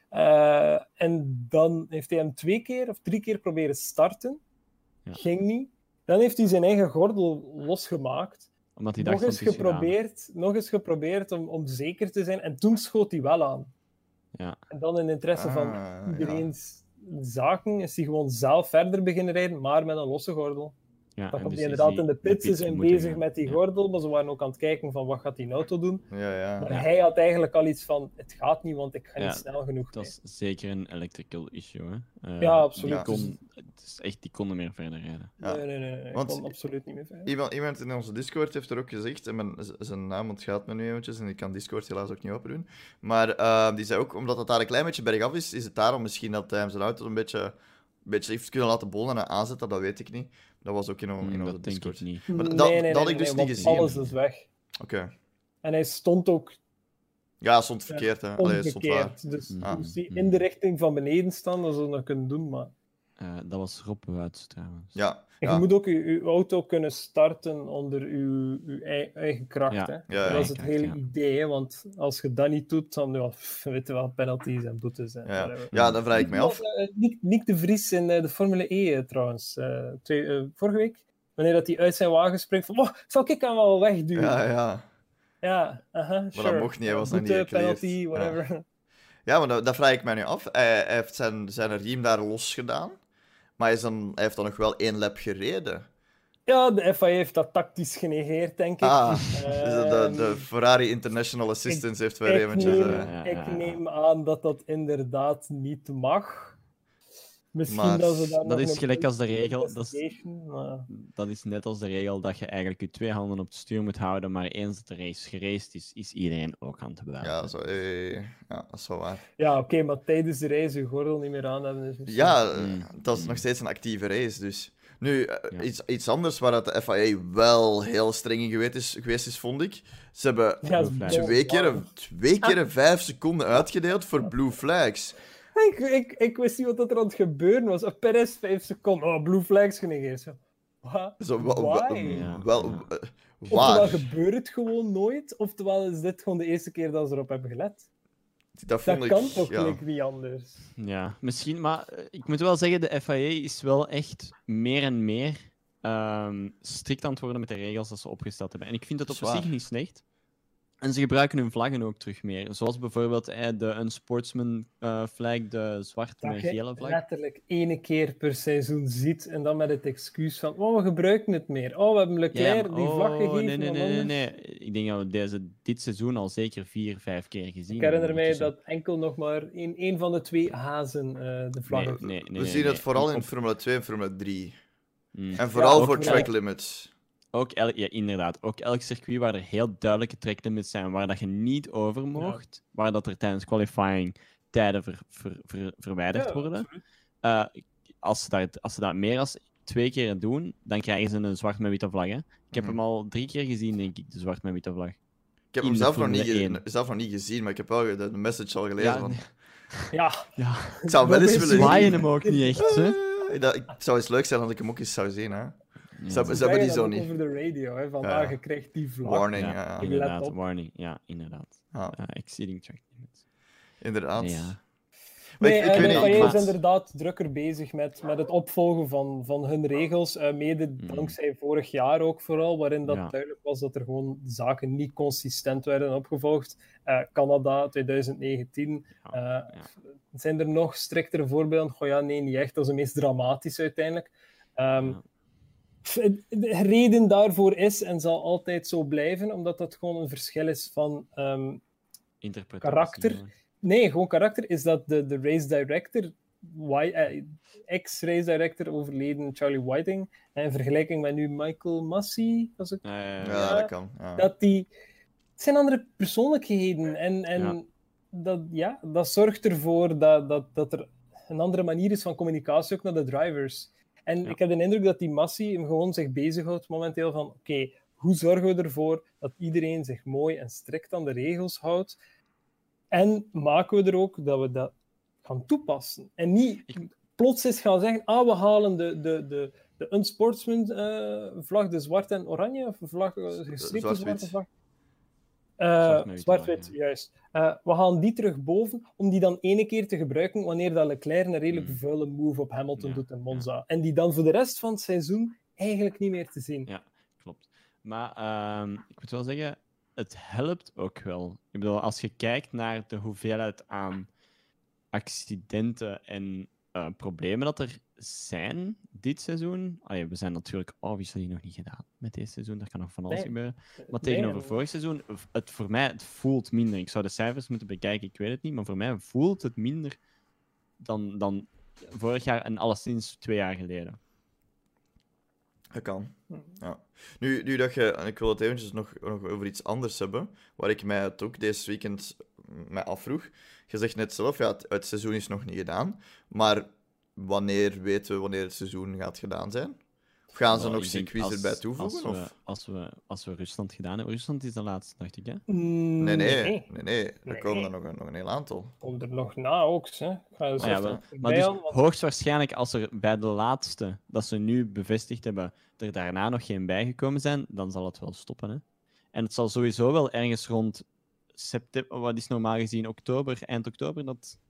Uh, en dan heeft hij hem twee keer of drie keer proberen starten. Ja. Ging niet. Dan heeft hij zijn eigen gordel losgemaakt. Omdat hij Nog dacht, eens van, het is gedaan. geprobeerd, nog eens geprobeerd om, om zeker te zijn. En toen schoot hij wel aan. Ja. En dan in interesse van Ah, iedereen's zaken is hij gewoon zelf verder beginnen rijden, maar met een losse gordel. Ja, Dan en komt dus hij is inderdaad hij in de pits, ze pits zijn moeten bezig gaan. met die Ja. gordel, maar ze waren ook aan het kijken van wat gaat die auto doen. Ja, ja. Maar Ja. hij had eigenlijk al iets van, het gaat niet, want ik ga Ja, niet snel genoeg Dat mee. is zeker een electrical issue, hè. Uh, Ja, absoluut. Die kon, het is echt, die konden meer verder rijden. Ja. Nee, nee, nee, nee. ik Want- kon absoluut niet meer verder. Iemand, iemand in onze Discord heeft er ook gezegd, en mijn, z- zijn naam ontgaat me nu eventjes, en ik kan Discord helaas ook niet open doen. Maar eh, die zei ook, omdat het daar een klein beetje bergaf is, is het daarom misschien dat hij zijn auto een beetje, een beetje heeft kunnen laten bollen en aanzetten, dat weet ik niet. Dat was ook in, on- in Mm, onze dat denk Discord. ik niet. Maar nee, dat- nee, dat nee, had nee, ik dus nee, niet want gezien. alles is weg. Oké. En hij stond ook Ja, stond verkeerd, hè. Allee, stond waar. omgekeerd. Dus Mm, Ah. moest hij mm. in de richting van beneden staan, dat zou ze nog kunnen doen, maar... Uh, dat was Rob Wuits, trouwens. Ja, En ja. je moet ook je, je auto kunnen starten onder je, je ei- eigen kracht. Ja. Hè? Ja, ja. Dat is het Kracht, hele ja. idee, hè? Want als je dat niet doet, dan ja, pff, weet je wel, penalties en boetes. En Ja. whatever. ja, dan vraag ik me af. Uh, Nick, Nick de Vries in uh, de Formule E uh, trouwens. Uh, twee, uh, vorige week wanneer dat hij uit zijn wagen springt, van oh, zal ik hem wel wegduwen? Ja, ja. Ja, aha, dat sure. mocht niet, hij was nog Boete, niet gekleurd. penalty, whatever. Ja. Ja, maar dat, dat vraag ik mij nu af. Hij, hij heeft zijn, zijn riem daar los gedaan. Maar hij, is dan, hij heeft dan nog wel één lap gereden. Ja, de F I A heeft dat tactisch genegeerd, denk ik. Ah, dus de, de, de Ehm, Ferrari International Assistance heeft weer ik eventjes... neem, eh, Ja, ja, ik ja. neem aan dat dat inderdaad niet mag. Misschien Maar dat ze daar dat nog is een gelijk als de police regel, dat is- investigation, maar- Dat is net als de regel dat je eigenlijk je twee handen op het stuur moet houden, maar eens dat de race geraced is, is iedereen ook aan het bewaren. ja, zo, eh, ja, dat is wel waar. Ja, oké, maar tijdens de reis je gordel niet meer aan hebben is misschien... Ja, eh, Mm. dat is nog steeds een actieve race, dus... Nu, eh, Ja. iets, iets anders waar dat de F I A wel heel streng in geweest is, geweest is, vond ik. Ze hebben Ja, dat is Blue dom, twee keer, waarom? een- twee keer een vijf seconden uitgedeeld voor blue flags. Ik, ik, ik wist niet wat er aan het gebeuren was. Op Perez vijf seconden. Oh, blue flags genegeerd. Zo. Wat? Zo, wel, wel, Why? Ja. wel, Ja. eh, Oftewel waar? gebeurt het gewoon nooit, oftewel is dit gewoon de eerste keer dat ze erop hebben gelet. Dat vond Dat ik... kan toch ja. like, niet anders? Ja, misschien, maar eh, ik moet wel zeggen, de F I A is wel echt meer en meer ehm, strikt aan het worden met de regels dat ze opgesteld hebben. En ik vind dat op Zwaar. zich niet slecht. En ze gebruiken hun vlaggen ook terug meer. Zoals bijvoorbeeld eh, de Unsportsman eh, flag, de zwarte met Dat gele je vlag. letterlijk ene keer per seizoen ziet en dan met het excuus van oh, we gebruiken het meer. Oh, we hebben Leclerc maar- die vlag oh, gegeven. Nee, nee, want nee, nee, anders- nee. Ik denk dat we deze, dit seizoen al zeker vier, vijf keer gezien Ik herinner mij ondertussen. dat enkel nog maar in een van de twee hazen eh, de vlag Nee, heeft. nee, nee, We nee, zien nee. het vooral in Op- Formule twee en Formule drie. Mm. En vooral ook voor wel. track limits. Ook elk, ja, inderdaad. Ook elk circuit waar er heel duidelijke tracklimits zijn, waar dat je niet over mocht, waar dat er tijdens qualifying tijden ver, ver, ver- verwijderd Ja, worden. Eh, als, ze dat, als ze dat meer dan twee keer doen, dan krijgen ze een zwart met witte vlag. Hè? Ik heb Mhm. hem al drie keer gezien, denk ik, de zwart met witte vlag. Ik heb In hem de zelf nog, niet Formule ge- één. zelf nog niet gezien, maar ik heb wel de, de message al gelezen. Ja, van, nee. Ja, Ja, ik zou wel eens Ze willen zwaaien zien. hem ook niet echt, hè? Eh, dat, ik, het zou eens leuk zijn als ik hem ook eens zou zien. Hè? Ja. Ze hebben- ze die zeggen zo dat niet. ook over de radio, hè, van Ja, ja. ah, je krijgt die vlag. Warning, Ja, ja. ja. Ik let inderdaad, op. warning. Ja, inderdaad. Ah, Eh, exceeding track limits. inderdaad. Ja. Maar Nee, ik, ik eh, weet de niet, F I A ik- is inderdaad drukker bezig met, met het opvolgen van, van hun regels. eh, mede Mm. dankzij vorig jaar ook vooral, waarin dat Ja. duidelijk was dat er gewoon zaken niet consistent werden opgevolgd. Eh, Canada twintig negentien. Ja, eh, ja. Zijn er nog striktere voorbeelden? Goh ja, nee, niet echt. Dat is het meest dramatisch uiteindelijk. Ehm, Ja. f- De reden daarvoor is en zal altijd zo blijven, omdat dat gewoon een verschil is van ehm, Interpretatie, karakter. ja. Nee, gewoon karakter is dat de, de race director, Whi- eh, ex-race director overleden Charlie Whiting, en in vergelijking met nu Michael Massey, als ik, Eh, Ja, Ja, dat kan. Ja. dat die... Het zijn andere persoonlijkheden en, en Ja. Dat, ja, dat zorgt ervoor dat, dat, dat er een andere manier is van communicatie ook naar de drivers. En Ja. ik heb de indruk dat die Massey hem gewoon zich bezighoudt momenteel van oké, hoe zorgen we ervoor dat iedereen zich mooi en strikt aan de regels houdt? En maken we er ook dat we dat gaan toepassen. En niet Ik- plots eens gaan zeggen, ah, we halen de, de, de, de unsportsman eh, vlag, de zwart en oranje, of vlag, eh, gestreepte zwart-wit. zwarte vlag. Eh, Zwart met witte Zwart-wit, vlag, juist. Eh, we gaan die terug boven, om die dan ene keer te gebruiken wanneer dat Leclerc een redelijk Mm. vuile move op Hamilton Ja, doet in Monza. En die dan voor de rest van het seizoen eigenlijk niet meer te zien. Ja, klopt. Maar ehm, ik moet wel zeggen, het helpt ook wel. Ik bedoel, als je kijkt naar de hoeveelheid aan accidenten en eh, problemen dat er zijn dit seizoen. Allee, we zijn natuurlijk obviously nog niet gedaan met dit seizoen, daar kan nog van alles Nee. gebeuren. Maar Nee, tegenover maar- vorig seizoen, v- het, voor mij het voelt minder. Ik zou de cijfers moeten bekijken, ik weet het niet, maar voor mij voelt het minder dan, dan vorig jaar en alleszins twee jaar geleden. Dat kan. Hm. Ja. Nu, nu dat je, en ik wil het eventjes nog, nog over iets anders hebben, waar ik mij het ook deze weekend mij afvroeg. Je zegt net zelf, ja, het, het seizoen is nog niet gedaan, maar wanneer weten we wanneer het seizoen gaat gedaan zijn? Of gaan ze Wel, nog ik denk circuits als- erbij toevoegen? Als we, Of? als, we, als we Rusland gedaan hebben. Rusland is de laatste, dacht ik, hè? Mm, Nee, nee, nee. nee, nee. Er Nee. komen er nog, een- nog een heel aantal. Komt er nog na ook, hè? Ik ga eens Maar, ja, even wel, erbij maar dus halen, want- hoogstwaarschijnlijk als er bij de laatste, dat ze nu bevestigd hebben, er daarna nog geen bijgekomen zijn, dan zal het wel stoppen, hè? En het zal sowieso wel ergens rond september, wat is normaal gezien oktober, eind oktober, dat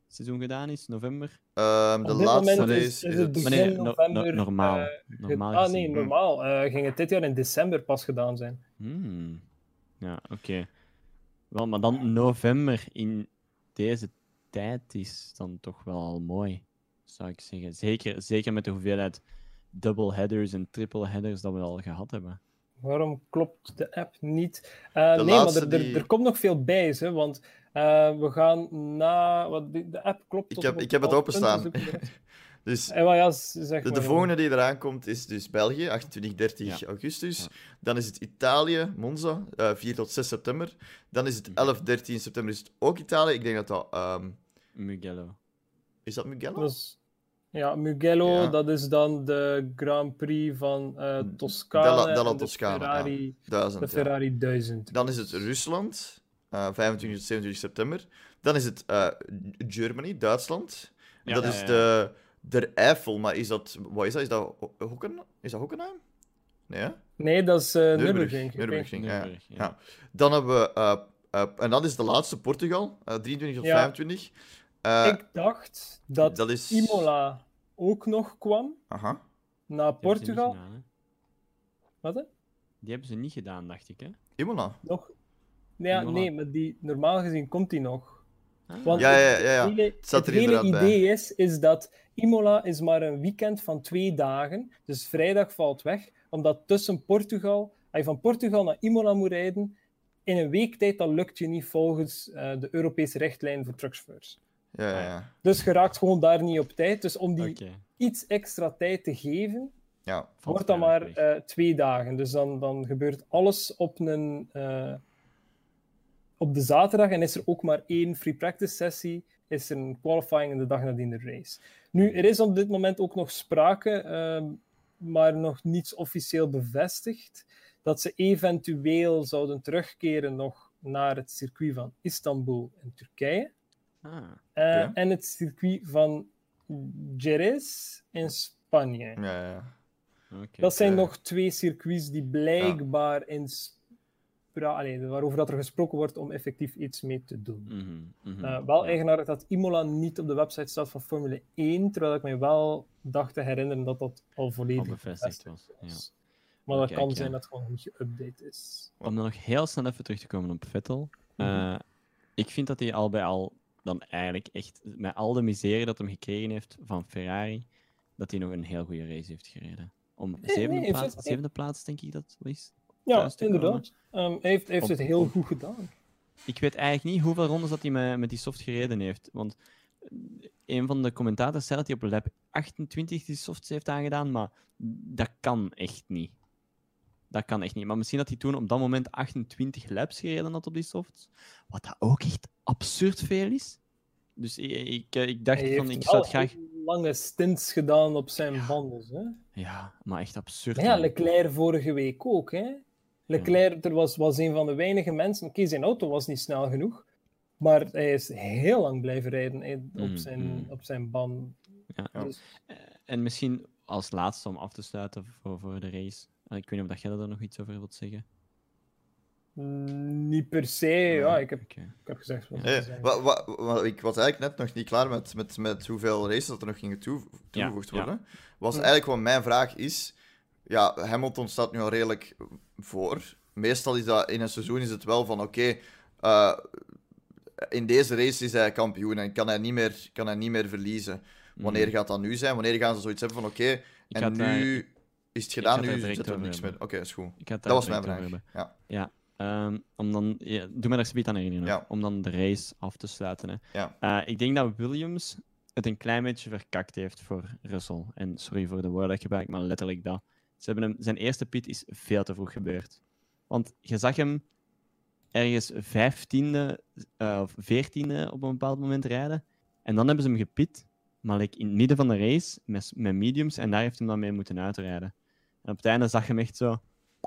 seizoen gedaan is, november. Ehm, de Op dit laatste moment race is, is, is het het... begin Maar nee, no- no- november. normaal. eh, Normaal ah nee, gezien. normaal. eh, ging het dit jaar in december pas gedaan zijn. Hmm. Ja, oké. Wel, maar dan november in deze tijd is dan toch wel al mooi, zou ik zeggen. Zeker, zeker met de hoeveelheid double headers en triple headers dat we al gehad hebben. Waarom klopt de app niet? Eh, De nee, maar laatste er, er, die- er komt nog veel bij, hè, want eh, we gaan na... Wat, de, de app klopt Ik tot heb, op ik heb het bepaalde openstaan. punten zoeken. Dus Eh, maar ja, z- zeg de, maar. de volgende die eraan komt is dus België, achtentwintig, dertig Ja. augustus. Ja. Dan is het Italië, Monza, eh, vier tot zes september. Dan is het Mhm. elf, dertien september is het ook Italië. Ik denk dat dat... ehm, Mugello. is dat Mugello? Dat is- ja, Mugello, Ja. dat is dan de Grand Prix van eh Toscane. Della- Della en de Toscana, Ferrari, Duizend, de ja. Ferrari duizend. Dan is het Rusland, eh, vijfentwintig tot zevenentwintig september. Dan is het eh, Germany, Duitsland. Ja, dat ja, is ja. de, de Eiffel, maar is dat... Wat is dat? Is dat Ho- Hocken? Is dat Hockenheim? Nee, hè? Nee, dat is uh, Nürburgring. Nürburgring. Nürburgring, ja. Nürburgring, ja. Ja. Dan hebben we... eh, eh, en dat is de laatste, Portugal, eh, drieëntwintig tot Ja. vijfentwintig. Eh, Ik dacht dat, dat is... Imola ook nog kwam Aha. naar Die hebben ze niet Portugal. gedaan, hè. Wat hè? Die hebben ze niet gedaan, dacht ik, hè? Imola. Nog? Ja, Imola. nee, maar die, normaal gezien komt die nog. Ah. Want Ja, ja, het ja, ja. hele, Het staat het er hele inderdaad bij. idee is, is dat Imola is maar een weekend van twee dagen. Dus vrijdag valt weg. Omdat tussen Portugal, als je van Portugal naar Imola moet rijden, in een week tijd, dat lukt je niet volgens eh, de Europese richtlijn voor truckchauffeurs. Ja, ja, ja. Dus je raakt gewoon daar niet op tijd. Dus om die Oké. iets extra tijd te geven, Ja. Valt wordt dan vrijdag maar weg. eh, twee dagen. Dus dan, dan gebeurt alles op een... eh, op de zaterdag en is er ook maar één free practice sessie, is er een qualifying en de dag nadien de race. Nu, er is op dit moment ook nog sprake, ehm, maar nog niets officieel bevestigd, dat ze eventueel zouden terugkeren nog naar het circuit van Istanbul in Turkije Ah, eh, Oké. en het circuit van Jerez in Spanje. Ja, ja, ja. oké. Dat zijn Ja. nog twee circuits die blijkbaar in spra- allee, waarover dat er gesproken wordt om effectief iets mee te doen. Mhm, mhm. Uh, wel Ja. eigenaardig dat Imola niet op de website staat van Formule één, terwijl ik mij wel dacht te herinneren dat dat al volledig Al bevestigd was, ja. Maar dat Kijk, kan ja. zijn dat het gewoon niet geüpdate is. Om dan nog heel snel even terug te komen op Vettel. Mhm. Eh, ik vind dat hij al bij al dan eigenlijk echt, met al de miserie dat hem gekregen heeft van Ferrari, dat hij nog een heel goede race heeft gereden. Om Nee, zevende, nee, in plaats, feite- zevende plaats, denk ik dat het is. Ja, Thuis te inderdaad. Um, hij heeft, hij heeft Op- het heel op- goed gedaan. Ik weet eigenlijk niet hoeveel rondes dat hij met, met die soft gereden heeft. Want eh, een van de commentators zei dat hij op lap achtentwintig die softs heeft aangedaan, maar dat kan echt niet. Dat kan echt niet. Maar misschien dat hij toen op dat moment achtentwintig laps gereden had op die softs. Wat dat ook echt absurd veel is. Dus ik, ik, ik dacht Hij van, heeft ik wel zou het graag... lange stints gedaan op zijn Ja. banden. Hè? Ja, maar echt absurd. Maar ja, man. Leclerc vorige week ook. Hè? Leclerc er was, was een van de weinige mensen. Oké, zijn auto was niet snel genoeg. Maar hij is heel lang blijven rijden hè, op, Mm, zijn, mm. op zijn band. Ja. Ja. Dus, Eh, En misschien als laatste om af te sluiten voor, voor de race. Eh, Ik weet niet of dat jij er nog iets over wilt zeggen. mm, niet per se. Ja, ik heb, Oké. ik heb gezegd wat ik Hey, wil zeggen. wa- wa- wa- ik was eigenlijk net nog niet klaar met, met, met hoeveel races dat er nog gingen toe, toegevoegd ja. worden. Was Hm. eigenlijk gewoon mijn vraag is... Ja, Hamilton staat nu al redelijk voor. Meestal is dat in een seizoen is het wel van oké... eh, in deze race is hij kampioen en kan hij niet meer, kan hij niet meer verliezen. Wanneer Mhm. gaat dat nu zijn? Wanneer gaan ze zoiets hebben van oké, Ik en had daar- nu is het gedaan, had daar nu direct zit er over niks meer. hebben. Oké, is goed. Ik had Dat daar was mijn direct vraag. over hebben. Ja. Ehm, om dan, ja, doe me daar zoiets aan herinneren. Ja. Om dan de race af te sluiten. Hè. Ja. Eh, ik denk dat Williams het een klein beetje verkakt heeft voor Russell. En sorry voor de woorden dat ik gebruik, maar letterlijk dat. Ze hebben hem, zijn eerste pit is veel te vroeg gebeurd. Want je zag hem ergens vijftiende eh, of veertiende op een bepaald moment rijden. En dan hebben ze hem gepit, maar like, in het midden van de race met, met mediums. En daar heeft hij dan mee moeten uitrijden. En op het einde zag je hem echt zo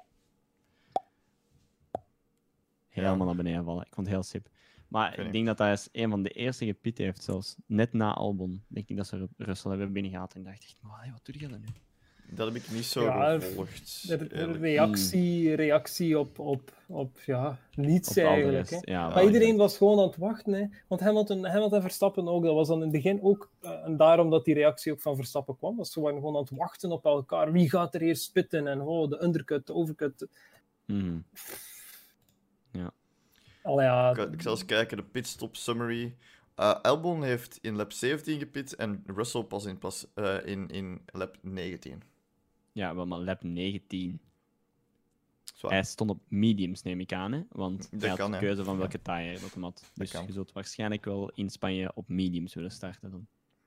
helemaal Ja. naar beneden vallen. Ik vond het heel sip. Maar weet ik niet. denk dat hij is een van de eerste gepit heeft, zelfs net na Albon. Denk ik dat ze Ru- Russell hebben binnengehaald en dacht echt, maar hey, wat doe je dan nu? Dat heb ik niet zo Ja, gevolgd. De, de eerlijk. reactie, reactie op, op, op ja, niets Op al de eigenlijk. rest, Hè. ja, Maar wel, iedereen exact. was gewoon aan het wachten. Hè. Want Hamilton, Hamilton en Verstappen ook, dat was dan in het begin ook, uh, en daarom dat die reactie ook van Verstappen kwam, was ze waren gewoon aan het wachten op elkaar. Wie gaat er eerst spitten? En oh, de undercut, de overcut. Mhm. Allee, ja, Ik, ik zal eens kijken, de pitstop summary. Uh, Albon heeft in lap zeventien gepit en Russell pas in, pas, uh, in, in lap negentien. Ja, wel maar lap negentien. Zwaar. Hij stond op mediums, neem ik aan, hè? Want Dat hij had kan, de hè. keuze van Ja. welke tire dat hem had. Dus kan. je zult waarschijnlijk wel in Spanje op mediums willen starten dan.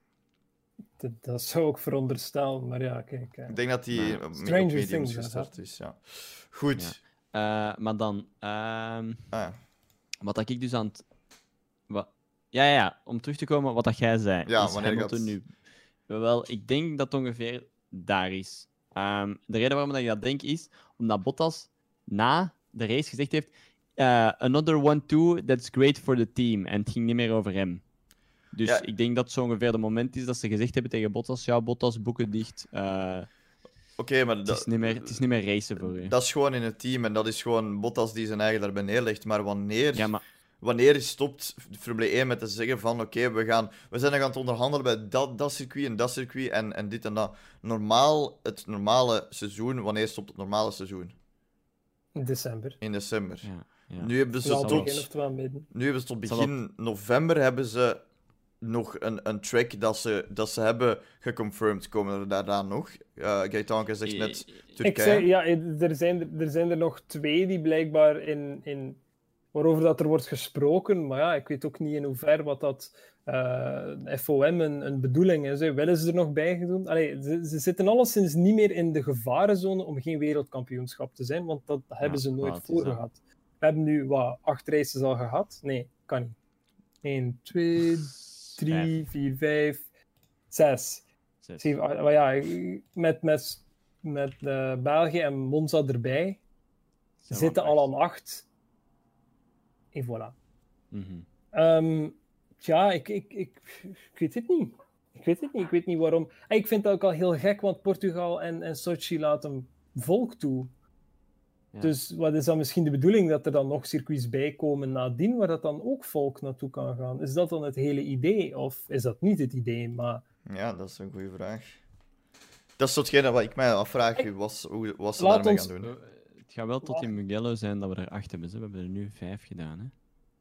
dat, dat zou ik veronderstellen. Maar ja, kijk. Uh, Ik denk dat hij Maar- op, op Stranger mediums things, gestart hè. is, ja. Goed. Ja. Uh, maar dan, ehm, Ah, ja. wat dat ik dus aan het... Wat... Ja, ja, ja, om terug te komen wat dat jij zei. Ja, is wanneer Hamilton gaat- nu... Wel, ik denk dat het ongeveer daar is. Ehm, de reden waarom dat ik dat denk is omdat Bottas na de race gezegd heeft uh, another one two, that's great for the team. En het ging niet meer over hem. Dus Ja. ik denk dat het zo ongeveer de moment is dat ze gezegd hebben tegen Bottas, ja, Bottas, boeken dicht. Uh, Oké, maar het, dat, is niet meer, het is niet meer racen voor u. dat is gewoon in het team en dat is gewoon Bottas die zijn eigen daarbij neerlegt. Maar wanneer, Ja, maar wanneer stopt Formule één met te zeggen van oké, we gaan we zijn nog aan het onderhandelen bij dat, dat circuit en dat circuit en, en dit en dat. Normaal, het normale seizoen, wanneer stopt het normale seizoen? in december. In december. ja, ja. Nu hebben ze Wel zal begin of tot, het wel midden. nu hebben ze tot Zal begin november hebben ze nog een, een track dat ze, dat ze hebben geconfirmed. Komen er daarna nog? Uh, Gaetanke zegt net Ik Turkije. zei, ja, er zijn, er zijn er nog twee die blijkbaar in, in, waarover dat er wordt gesproken, maar ja, ik weet ook niet in hoeverre wat dat uh, F O M een, een bedoeling is. Hè. Willen ze er nog bij doen? Allee, ze, ze zitten alleszins niet meer in de gevarenzone om geen wereldkampioenschap te zijn, want dat hebben Ja, ze nooit wat is voor dat? gehad. We hebben nu wat, acht races al gehad. Nee, kan niet. één, twee, drie, vier, vijf, zes. Zes. Zeven, acht, maar ja, met, met, met uh, België en Monza erbij Zijn zitten we al acht. aan acht. En voilà. Mhm. Um, ja, ik, ik, ik, ik weet het niet. Ik weet het niet. Ik weet niet waarom. En ik vind dat ook al heel gek, want Portugal en, en Sochi laten volk toe. Ja. Dus wat is dan misschien de bedoeling dat er dan nog circuits bij komen nadien, waar dat dan ook volk naartoe kan gaan? Is dat dan het hele idee? Of is dat niet het idee? Maar Ja, dat is een goede vraag. Dat is hetgene wat ik mij afvraag, Ik- was, hoe, wat ze Laat daarmee ons- gaan doen. Uh, Het gaat wel tot in Mugello zijn dat we er acht hebben. Ze. We hebben er nu vijf gedaan. Hè?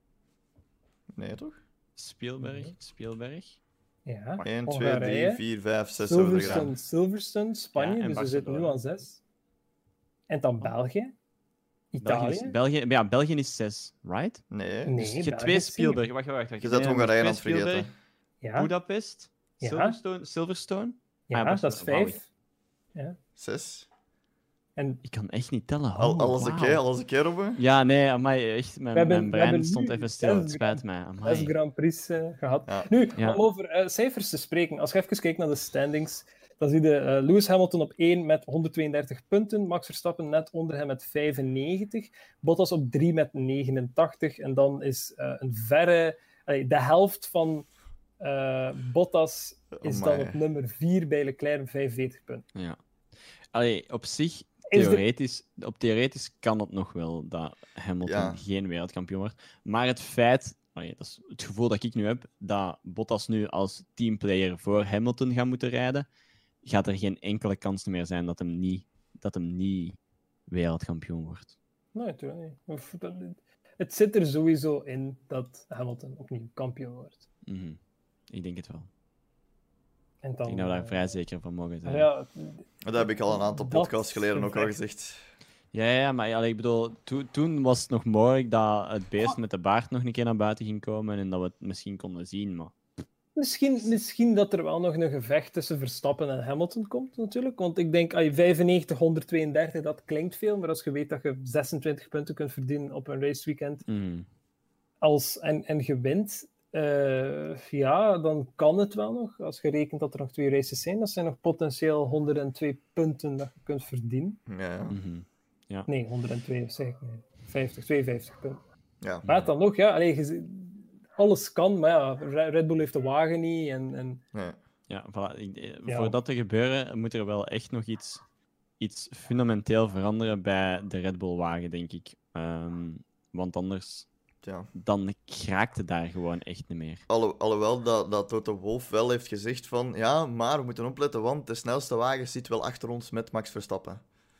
Nee, toch? Spielberg, Nee. Spielberg. ja, één, twee, Hongarije, drie, vier, vijf, zes hebben we er Silverstone, gedaan. Silverstone, Spanje, Ja, en dus we zitten nu Barcelona. aan zes. En dan België, België Italië. is, België, ja, België is zes, right? Nee, Nee, Dus je hebt België twee is Spielberg. Wacht, wacht, wacht. je zet Nee, Hongarije aan twee het vergeten. Spielberg, Ja, Budapest, Ja. Silverstone. Silverstone. ja Ah, dat is Barcelona. vijf. Zes. En Ik kan echt niet tellen. Al, Oh, alles een wauw. keer, alles een keer, Robben? Ja, nee, amai, echt. Mijn, We hebben- mijn we brein hebben stond nu even stil. zes Het spijt mij. Amai. zes Grand Prix uh, gehad. Ja. Nu, Ja. om over uh, cijfers te spreken. Als je even kijkt naar de standings, dan zie je uh, Lewis Hamilton op één met honderdtweeëndertig punten, Max Verstappen net onder hem met vijfennegentig, Bottas op drie met negenentachtig, en dan is uh, een verre... Uh, de helft van uh, Bottas is Amai. dan op nummer vier bij Leclerc met vijfenveertig punten. Ja. Allee, op zich, Is de- theoretisch, op theoretisch kan het nog wel dat Hamilton Ja. geen wereldkampioen wordt. Maar het feit, allee, dat is het gevoel dat ik nu heb, dat Bottas nu als teamplayer voor Hamilton gaat moeten rijden, gaat er geen enkele kans meer zijn dat hem niet, dat hem niet wereldkampioen wordt. Nee, natuurlijk niet. Of dat- Het zit er sowieso in dat Hamilton opnieuw kampioen wordt. Mhm. Ik denk het wel. En Ik dan, denk dat we daar uh, vrij zeker van mogen zijn. ja, Dat heb ik al een aantal Dat podcasts geleden ook al gevecht. gezegd. Ja, ja, maar ja, ik bedoel, to- toen was het nog mogelijk dat het beest met de baard nog een keer naar buiten ging komen en dat we het misschien konden zien, maar... Misschien, misschien dat er wel nog een gevecht tussen Verstappen en Hamilton komt, natuurlijk. Want ik denk, ay, vijfennegentig, honderdtweeëndertig, dat klinkt veel. Maar als je weet dat je zesentwintig punten kunt verdienen op een raceweekend Mhm. als, en, en je wint, eh, ja, dan kan het wel nog. Als je rekent dat er nog twee races zijn, dat zijn nog potentieel honderdtwee punten dat je kunt verdienen. Ja, ja. Mhm. Nee, honderdtwee, zeg ik nee. vijftig, tweeënvijftig punten. ja. Maar dan nog, ja, allee, je z- alles kan, maar ja, Re- Red Bull heeft de wagen niet en... en Nee. Ja, voilà. Ik- eh, Ja. Voor dat te gebeuren moet er wel echt nog iets, iets fundamenteel veranderen bij de Red Bull-wagen, denk ik. Ehm, want anders Ja. dan geraakt het daar gewoon echt niet meer. Alle, alhoewel dat, dat Toto Wolff wel heeft gezegd van ja, maar we moeten opletten, want de snelste wagen zit wel achter ons met Max Verstappen.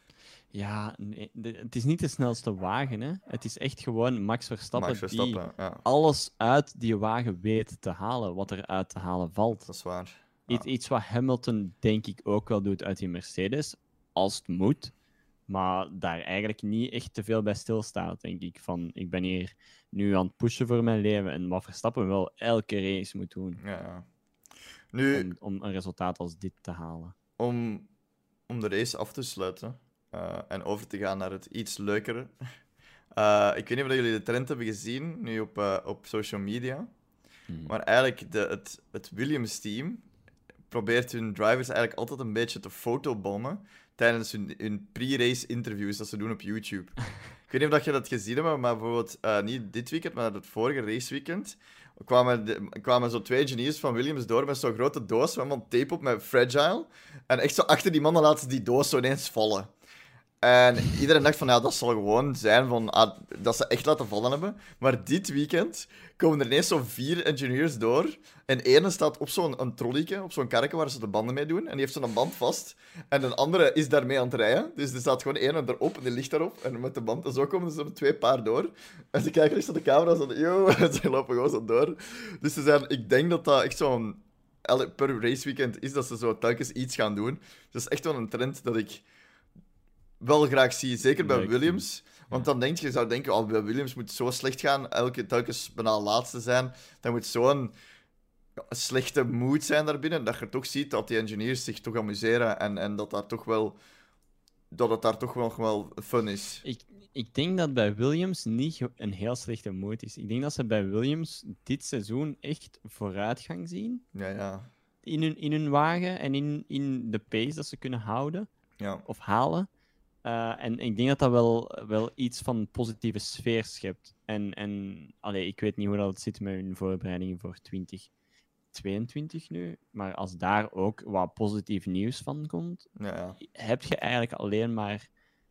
Ja, nee, de- het is niet de snelste wagen, hè. Het is echt gewoon Max Verstappen, Max Verstappen, die ja, alles uit die wagen weet te halen, wat er uit te halen valt. dat is waar. Ja. Iets, iets wat Hamilton, denk ik, ook wel doet uit die Mercedes, als het moet. Maar daar eigenlijk niet echt te veel bij stilstaat, denk ik. Van, ik ben hier nu aan het pushen voor mijn leven. En wat Verstappen wel elke race moet doen Ja, ja. Nu, om, om een resultaat als dit te halen. om, om de race af te sluiten uh, en over te gaan naar het iets leukere. Uh, ik weet niet of jullie de trend hebben gezien, nu op, uh, op social media. Hmm. Maar eigenlijk, de, het, het Williams-team probeert hun drivers eigenlijk altijd een beetje te fotobommen tijdens hun, hun pre-race interviews dat ze doen op YouTube. Ik weet niet of je dat gezien hebt, maar bijvoorbeeld uh, niet dit weekend, maar het vorige raceweekend kwamen, de, kwamen zo twee engineers van Williams door met zo'n grote doos met allemaal tape op met Fragile. En echt zo achter die mannen laten ze die doos zo ineens vallen. En iedereen dacht van, ja, dat zal gewoon zijn van, ah, dat ze echt laten vallen hebben. Maar dit weekend komen er ineens zo'n vier engineers door. En ene staat op zo'n een trolleyke, op zo'n karretje waar ze de banden mee doen. En die heeft zo'n band vast. En een andere is daarmee aan het rijden. Dus er staat gewoon één erop en die ligt daarop. En met de band. En zo komen ze met twee paar door. En ze kijken echt naar de camera en zo, yo, en ze lopen gewoon zo door. Dus ze zijn, ik denk dat dat echt zo'n, per raceweekend is dat ze zo telkens iets gaan doen. Dus dat is echt wel een trend dat ik wel graag zie, zeker bij Leuk. Williams. Want dan denk je, je zou denken, oh, bij Williams moet het zo slecht gaan, elke telkens bijna laatste zijn. Dan moet zo'n ja, slechte mood zijn daarbinnen, dat je toch ziet dat die engineers zich toch amuseren en, en dat, daar toch wel, dat het daar toch wel, nog wel fun is. Ik, ik denk dat bij Williams niet ge- een heel slechte mood is. Ik denk dat ze bij Williams dit seizoen echt vooruitgang zien Ja, ja. in hun, in hun wagen en in, in de pace dat ze kunnen houden Ja, of halen. Uh, en ik denk dat dat wel, wel iets van een positieve sfeer schept. En, en allee, ik weet niet hoe dat het zit met hun voorbereidingen voor twintig tweeëntwintig nu. Maar als daar ook wat positief nieuws van komt, ja, ja. heb je eigenlijk alleen maar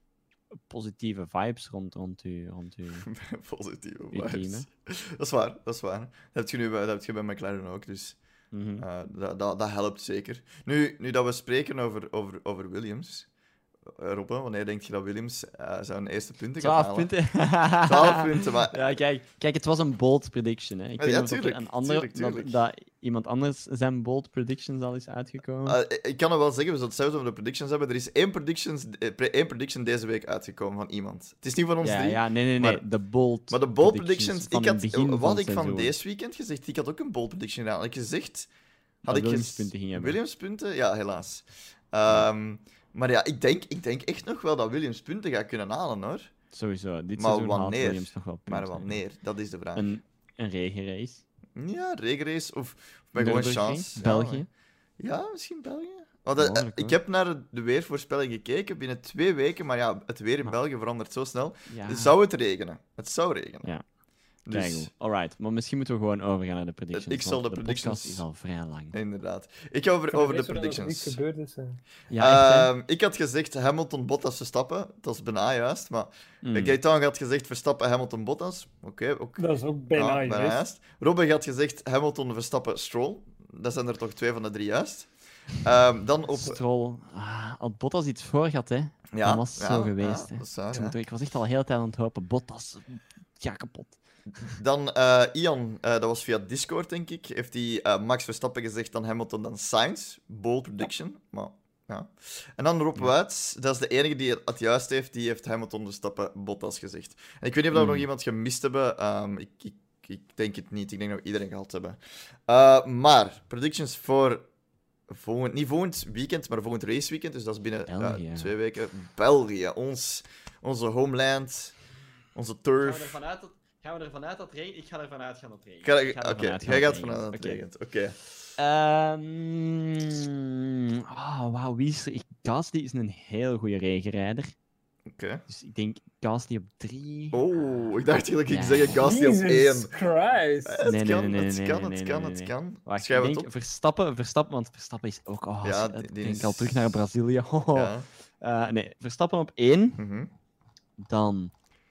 positieve vibes rond, rond u. Rond u. Positieve Uw team, vibes. Dat is waar, dat is waar. Dat heb je nu bij, dat heb je bij McLaren ook, dus Mhm. uh, dat, dat, dat helpt zeker. Nu, nu dat we spreken over, over, over Williams, Robbe, wanneer denk je dat Williams uh, zijn eerste punten gaat twaalf halen? punten. twaalf punten, maar... Ja, kijk, kijk, het was een bold prediction. Hè. Ik Ja, weet ja, niet of tuurlijk, er een andere, tuurlijk, tuurlijk. Dat, dat iemand anders zijn bold predictions al is uitgekomen. Uh, ik kan het wel zeggen, we zullen het zelfs over de predictions hebben. Er is één, predictions, eh, één prediction deze week uitgekomen van iemand. Het is niet van ons ja, drie. ja, nee, nee, nee. maar- De bold Maar de bold predictions, van ik het had, begin wat van had het ik van seizoen. deze weekend gezegd? Ik had ook een bold prediction gedaan. Had ik gezegd... Had Dat ik Williams gez- punten ging hebben. Williams punten? Ja, helaas. Um, maar ja, ik denk, ik denk echt nog wel dat Williams punten gaat kunnen halen, hoor. Sowieso. Dit Maar seizoen haalt wanneer? Williams nog wel punten. Maar wanneer? Dat is de vraag. Een, een regenrace. Ja, regenrace of, of bij gewoon Nürburgring, chance. Ja, België. Ja, misschien België. Want, uh, Mogelijk, ik hoor. heb naar de weervoorspelling gekeken binnen twee weken, maar ja, het weer in Maar- België verandert zo snel. Ja. Dus zou het regenen? Het zou regenen. Ja. Dus, Kijk hoe. Alright, maar misschien moeten we gewoon overgaan naar de predictions. Ik zal want de podcast predictions- is al vrij lang. inderdaad. Ik ga over, over de predictions. Niks gebeurd is. eh. Ja, echt, hè? Ehm, ik had gezegd Hamilton, Bottas, Verstappen. Dat is bijna juist, maar Mm. Gaëtan had gezegd Verstappen, Hamilton, Bottas. Oké, ook. Dat is ook bijna Ja, juist. juist. Robin had gezegd Hamilton, Verstappen, Stroll. Dat zijn er toch twee van de drie juist. Ehm, dan op... Stroll. Ah, had Bottas iets voor gehad, hè? Ja, dat was ja, zo geweest, ja, hè. dat is waar, Ik ja. moet- Ik was echt al heel de tijd aan het hopen. Bottas, ja, kapot. Dan eh, Ian, eh, dat was via Discord, denk ik, heeft hij eh, Max Verstappen gezegd, dan Hamilton, dan Sainz. Bold prediction, maar ja. En dan Rob Ja. Wuits, dat is de enige die het juist heeft, die heeft Hamilton, Verstappen, Bottas gezegd. En ik weet niet of we Hmm. nog iemand gemist hebben. Ehm, ik, ik, ik denk het niet. Ik denk dat we iedereen gehad hebben. Uh, maar, predictions voor volgend, niet volgend weekend, maar volgend raceweekend, dus dat is binnen uh, België. twee weken. België, ons, onze homeland, onze turf. dat, gaan we ervan uit dat het regent? Ik ga ervan uitgaan dat het regent. Ga- Ik ga ervan Oké, uitgaan jij dat gaat het vanuit dat het regent. regent. Oké. Ehm, oh, wauw, wie is er? Ik- Gasly is een heel goede regenrijder. Oké. Dus ik denk Gasly op drie. Oh, ik dacht dat ik Ja. ging zeggen Gasly op één. Jesus Christ. Het Nee, nee, kan, nee, het nee, kan, nee, het nee, kan, nee, het nee. kan. Wacht, Schrijf ik het denk op. Verstappen, Verstappen, want Verstappen is ook... Oh, Ja, ja, die- die denk is- al terug naar Brazilië. Oh. Ja. Eh, nee, Verstappen op één. Mhm. Dan...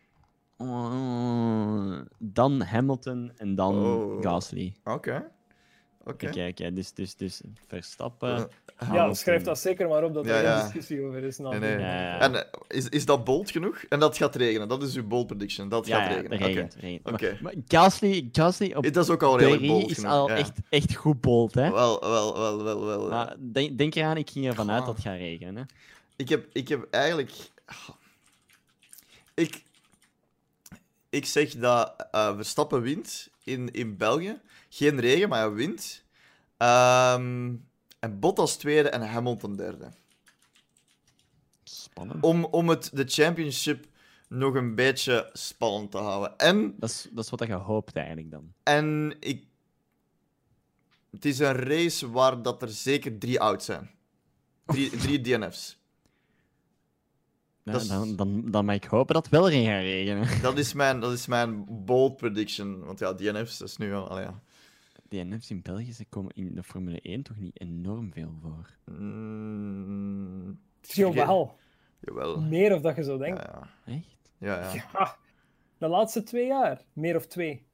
oh, dan Hamilton en dan Oh. Gasly. Oké. Oké. Oké, oké, dus, dus, dus Verstappen... Eh, Ja, Hamilton. schrijf dat zeker maar op dat er Ja, ja. geen discussie over is. Nee, nee. Ja, ja. En eh, is, is dat bold genoeg? En dat gaat regenen. Dat is uw bold prediction. Dat Ja, gaat ja, regenen. dat Oké. regent. regent. Oké. Maar, maar Gasly, Gasly op Dat is ook al redelijk drie bold is genoeg. al ja. echt, echt goed bold, hè? Wel, wel, wel, wel, wel. ja. Maar denk, denk eraan, ik ging ervan uit Ah. dat het gaat regenen. Hè? Ik heb, ik heb eigenlijk... Ik, ik zeg dat eh, Verstappen wint in, in België. Geen regen, maar hij wint. Ehm, en Bottas tweede en Hamilton derde. Spannend. Om, om het, de championship nog een beetje spannend te houden. En, Dat is, dat is wat je hoopt eigenlijk dan. en ik... Het is een race waar dat er zeker drie out zijn. Drie, drie D N F's. Ja, Dat is- dan, dan, dan mag ik hopen dat het wel erin gaat regenen. Dat is mijn, dat is mijn bold prediction. Want ja, D N F's, dat is nu al... allee, ja. D N F's in België ze komen in de Formule één toch niet enorm veel voor. Mm, Jawel. Jawel. Meer of dat je zou denken. Ja, ja. Echt? Ja, ja. Ja. De laatste twee jaar. Meer of twee.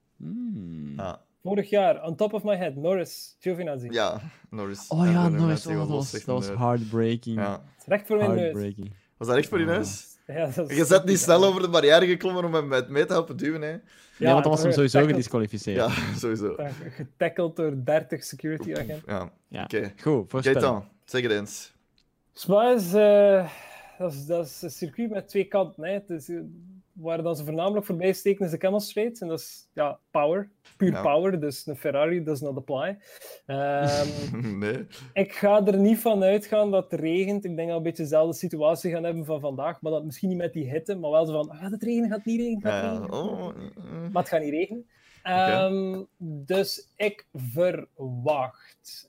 Hmm. Ja, Vorig jaar, on top of my head, Norris, Giovinazzi. ja Norris. Oh ja, En Norris, Giovinazzi oh, dat was, los, echt dat was een nerd. heartbreaking. Ja. Recht voor mijn neus. Heartbreaking. Was dat echt voor je Oh. neus? Ja, dat is Je bent niet snel over de barrière geklommen om hem met mee te helpen duwen, hè? Nee, want dan was hem sowieso getackled- gedisqualificeerd. Ja, sowieso. Getackled door dertig security agenten. Ja, Ja. oké. Goed, voorspel. Gaëtan, zeg het eens. Spa is, eh, dat is, dat is een circuit met twee kanten. Hè. Het is, eh, waar dan ze voornamelijk voorbij steken is de Camel Straight. En dat is ja, power. Puur Ja. power. Dus een Ferrari does not apply. Ehm, Nee. ik ga er niet van uitgaan dat het regent. Ik denk dat we een beetje dezelfde situatie gaan hebben van vandaag. Maar dat misschien niet met die hitte. Maar wel zo van, gaat het regenen, gaat het niet regenen? Gaat Ja, het ja. regenen? Oh, mm, Maar het gaat niet regenen. Ehm, dus ik verwacht...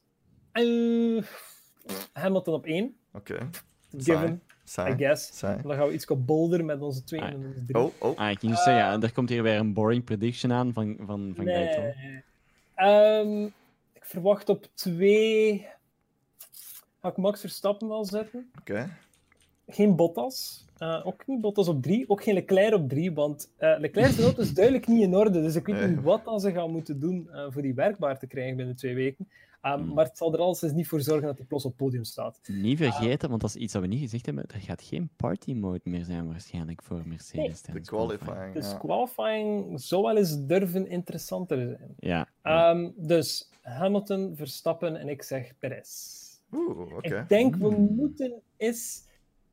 eh, Hamilton op één. Oké. Given, Saai. I guess. Saai. Dan gaan we iets bolder met onze twee en onze drie. Oh, oh. Ah, ik ging dus zeggen, ja, er komt hier weer een boring prediction aan van, van, van Gaëtan. Nee. Ehm, ik verwacht op twee... Ga ik Max Verstappen wel zetten. Oké. Geen Bottas. Eh, ook niet Bottas op drie. Ook geen Leclerc op drie. Want eh Leclerc's auto is duidelijk niet in orde. Dus ik weet Nee. niet wat dan ze gaan moeten doen eh, voor die werkbaar te krijgen binnen twee weken. Um, Hmm. Maar het zal er alles niet voor zorgen dat hij plots op het podium staat. Niet vergeten, want dat is iets dat we niet gezegd hebben, er gaat geen party mode meer zijn waarschijnlijk voor Mercedes. De tijdens qualifying. Dus ja. qualifying zou wel eens durven interessanter zijn. Ja. ja. Ehm, dus Hamilton, Verstappen en ik zeg Perez. Oeh, oké. Ik denk we Hmm. moeten eens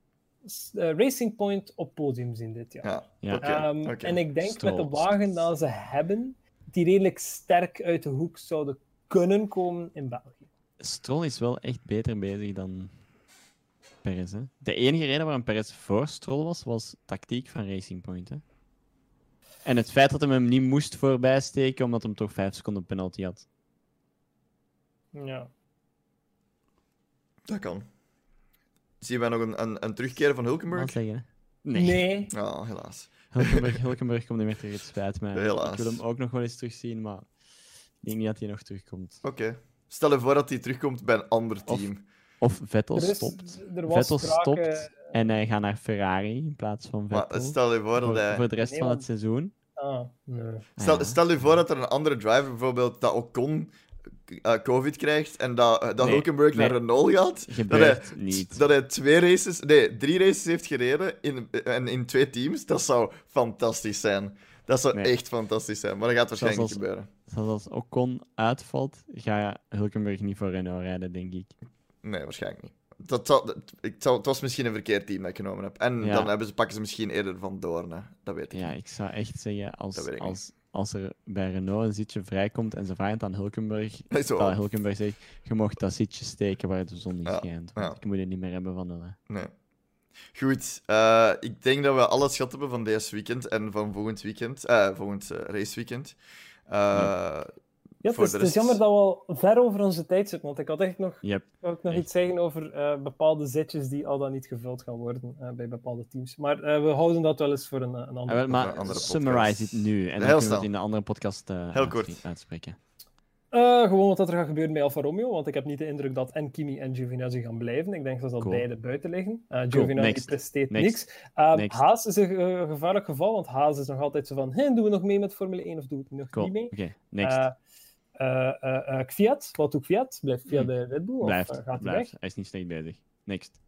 eh, Racing Point op podium zien dit jaar. Ja, Ja. oké. Ehm, oké. En ik denk Stroll. met de wagen dat ze hebben, die redelijk sterk uit de hoek zouden kunnen komen in België. Stroll is wel echt beter bezig dan Perez. Hè? De enige reden waarom Perez voor Stroll was, was tactiek van Racing Point. Hè? En het feit dat hij hem niet moest voorbijsteken, omdat hij toch vijf seconden penalty had. Ja. Dat kan. Zien wij nog een, een, een terugkeer van Wat Hulkenberg? zeggen? Hè? Nee. Nee. Ja, helaas. Hulkenberg, Hulkenberg komt niet meer terug, het spijt mij. Helaas. Ik wil hem ook nog wel eens terugzien, maar ik denk niet dat hij nog terugkomt. Oké. Stel je voor dat hij terugkomt bij een ander Of- team. Of Vettel Er, is, stopt. er was Vettel sprake... stopt en hij gaat naar Ferrari in plaats van Vettel. Maar stel je voor dat voor, hij... voor de rest Nee, van want- het seizoen. Ah, nee. Stel, Ja. stel je voor dat er een andere driver, bijvoorbeeld dat Ocon uh, COVID krijgt en dat, dat Nee, Hulkenberg naar nee. Renault gaat. Gebeurt niet. Dat hij twee races, nee, drie races heeft gereden in, en in twee teams. Dat zou fantastisch zijn. Dat zou Nee. echt fantastisch zijn, maar dat gaat waarschijnlijk niet Zelfs gebeuren. Zoals als Ocon uitvalt, ga Hulkenberg niet voor Renault rijden, denk ik. Nee, waarschijnlijk niet. Dat, zou- dat, ik zou, het was misschien een verkeerd team dat ik genomen heb. En Ja. dan hebben ze, pakken ze misschien eerder Van Doorn. Hè. Dat weet ik Ja, niet. ik zou echt zeggen, als, Dat weet ik als, als er bij Renault een zitje vrijkomt en ze vragen het aan Hulkenberg, Zo. dat Hulkenberg zegt, je mocht dat zitje steken waar de zon niet Ja, schijnt. Want ja. ik moet het niet meer hebben van de... Nee. Goed, eh, ik denk dat we alles gehad hebben van deze weekend en van volgend weekend. eh volgend eh, raceweekend. Eh, Ja, het is, het is jammer dat we al ver over onze tijd zitten, want ik had echt nog, Yep. wou ik nog Echt. iets zeggen over uh, bepaalde zetjes die al dan niet gevuld gaan worden uh, bij bepaalde teams. Maar uh, we houden dat wel eens voor een, een andere Ah, wel, maar Een andere summarize podcast. het nu. En dan Heel kunnen we snel. het in de andere podcast uh, Heel uitspre- kort. uitspreken. Uh, gewoon wat er gaat gebeuren bij Alfa Romeo, want ik heb niet de indruk dat en Kimi en Giovinazzi gaan blijven. Ik denk dat dat Cool. beide buiten liggen. Uh, Cool. Giovinazzi Next. presteert Next. niks. Uh, Next. Haas is een uh, gevaarlijk geval, want Haas is nog altijd zo van, hey, doen we nog mee met Formule één of doen we het nog Cool. niet mee? Oké, okay. Next. Uh, uh, uh, uh, Kvyat, wat doet Kvyat? Blijft Kvyat bij Red Bull? Blijft, of uh, gaat hij blijft. weg? Hij is niet slecht bezig. Next.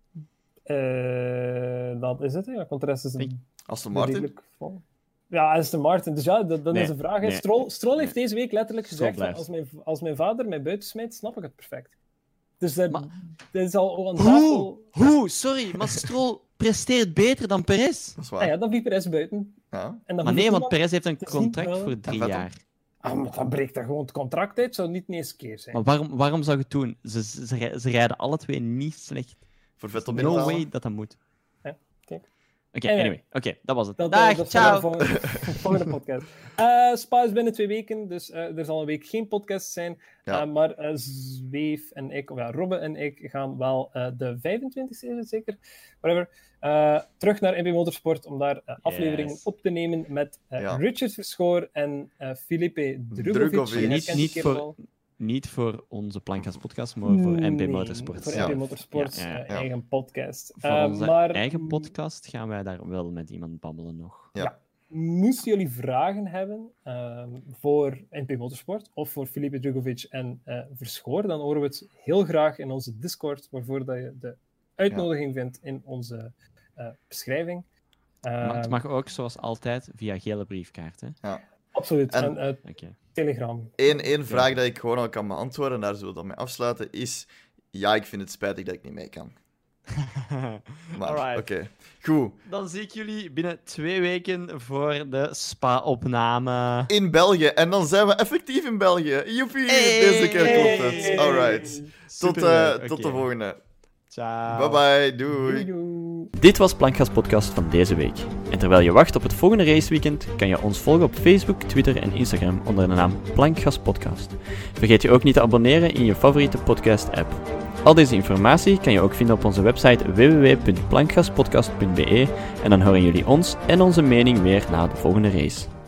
Uh, dat is het eigenlijk, want de rest is Ik- een Aston Martin? redelijk vol. Ja, Aston Martin. Dus ja, dat, dat Nee, is een vraag. hè. nee. Stroll, Stroll heeft Nee. deze week letterlijk Stroll gezegd, van, blijft. als, mijn, als mijn vader mij buiten smijt, snap ik het perfect. Dus dat, Maar- dat is al aan tafel... Hoe? Sorry, maar Stroll presteert beter dan Perez. Dat is Ah waar. ja, dan vliegt Perez buiten. Ja. En dan Maar hoeft nee, want niemand- Perez heeft een het is niet contract wel- voor drie Vettel? jaar. Ah, maar dan breekt dat gewoon het contract uit. Zou niet de eerste keer zijn. Maar waarom, waarom zou je het doen? Ze, ze, ze, rij- ze rijden alle twee niet slecht. Voor Vettel No binnenhalen. way dat dat moet. Ja, kijk. Oké, Anyway. anyway. Oké, dat was het. Dat, Dag, dat, dat is ciao. voor de volgende, volgende podcast. Uh, Spa is binnen twee weken, dus uh, er zal een week geen podcast zijn. Ja. Uh, maar uh, Zweef en ik, of ja, Robbe en ik, gaan wel uh, de vijfentwintigste is het zeker, whatever, uh, terug naar M P Motorsport om daar uh, afleveringen Yes. op te nemen met uh, Ja. Richard Verschoor en uh, Filipe Drugovic. Drugovic. Je Niet- herkent die niet kerel voor- wel. Niet voor onze Plankgas podcast, maar voor M P Nee, Motorsport. Voor Ja. M P Motorsport, Ja, ja, uh, ja. eigen podcast. Voor Uh, onze maar, eigen podcast gaan wij daar wel met iemand babbelen nog. Ja. Moesten jullie vragen hebben um, voor N P Motorsport of voor Filipe Drugovic en uh, Verschoor, dan horen we het heel graag in onze Discord, waarvoor dat je de uitnodiging vindt in onze uh, beschrijving. Maar het Um, mag ook, zoals altijd, via gele briefkaart. Hè? absoluut. En- En, uh, Oké. Telegram. Eén, één vraag dat ik gewoon al kan beantwoorden, en daar zullen we dan mee afsluiten, is... Ja, ik vind het spijtig dat ik niet mee kan. Maar, oké. Alright. Goed. Dan zie ik jullie binnen twee weken voor de spa-opname. In België. En dan zijn we effectief in België. Joepie, Hey! deze keer klopt het. Alright. Tot, eh, Superleuk, tot oké. de volgende. Ciao. Bye bye, doei. Doei, doei. Dit was Plankgas Podcast van deze week. En terwijl je wacht op het volgende raceweekend, kan je ons volgen op Facebook, Twitter en Instagram onder de naam Plankgas Podcast. Vergeet je ook niet te abonneren in je favoriete podcast-app. Al deze informatie kan je ook vinden op onze website w w w punt plankgaspodcast punt b e en dan horen jullie ons en onze mening weer na de volgende race.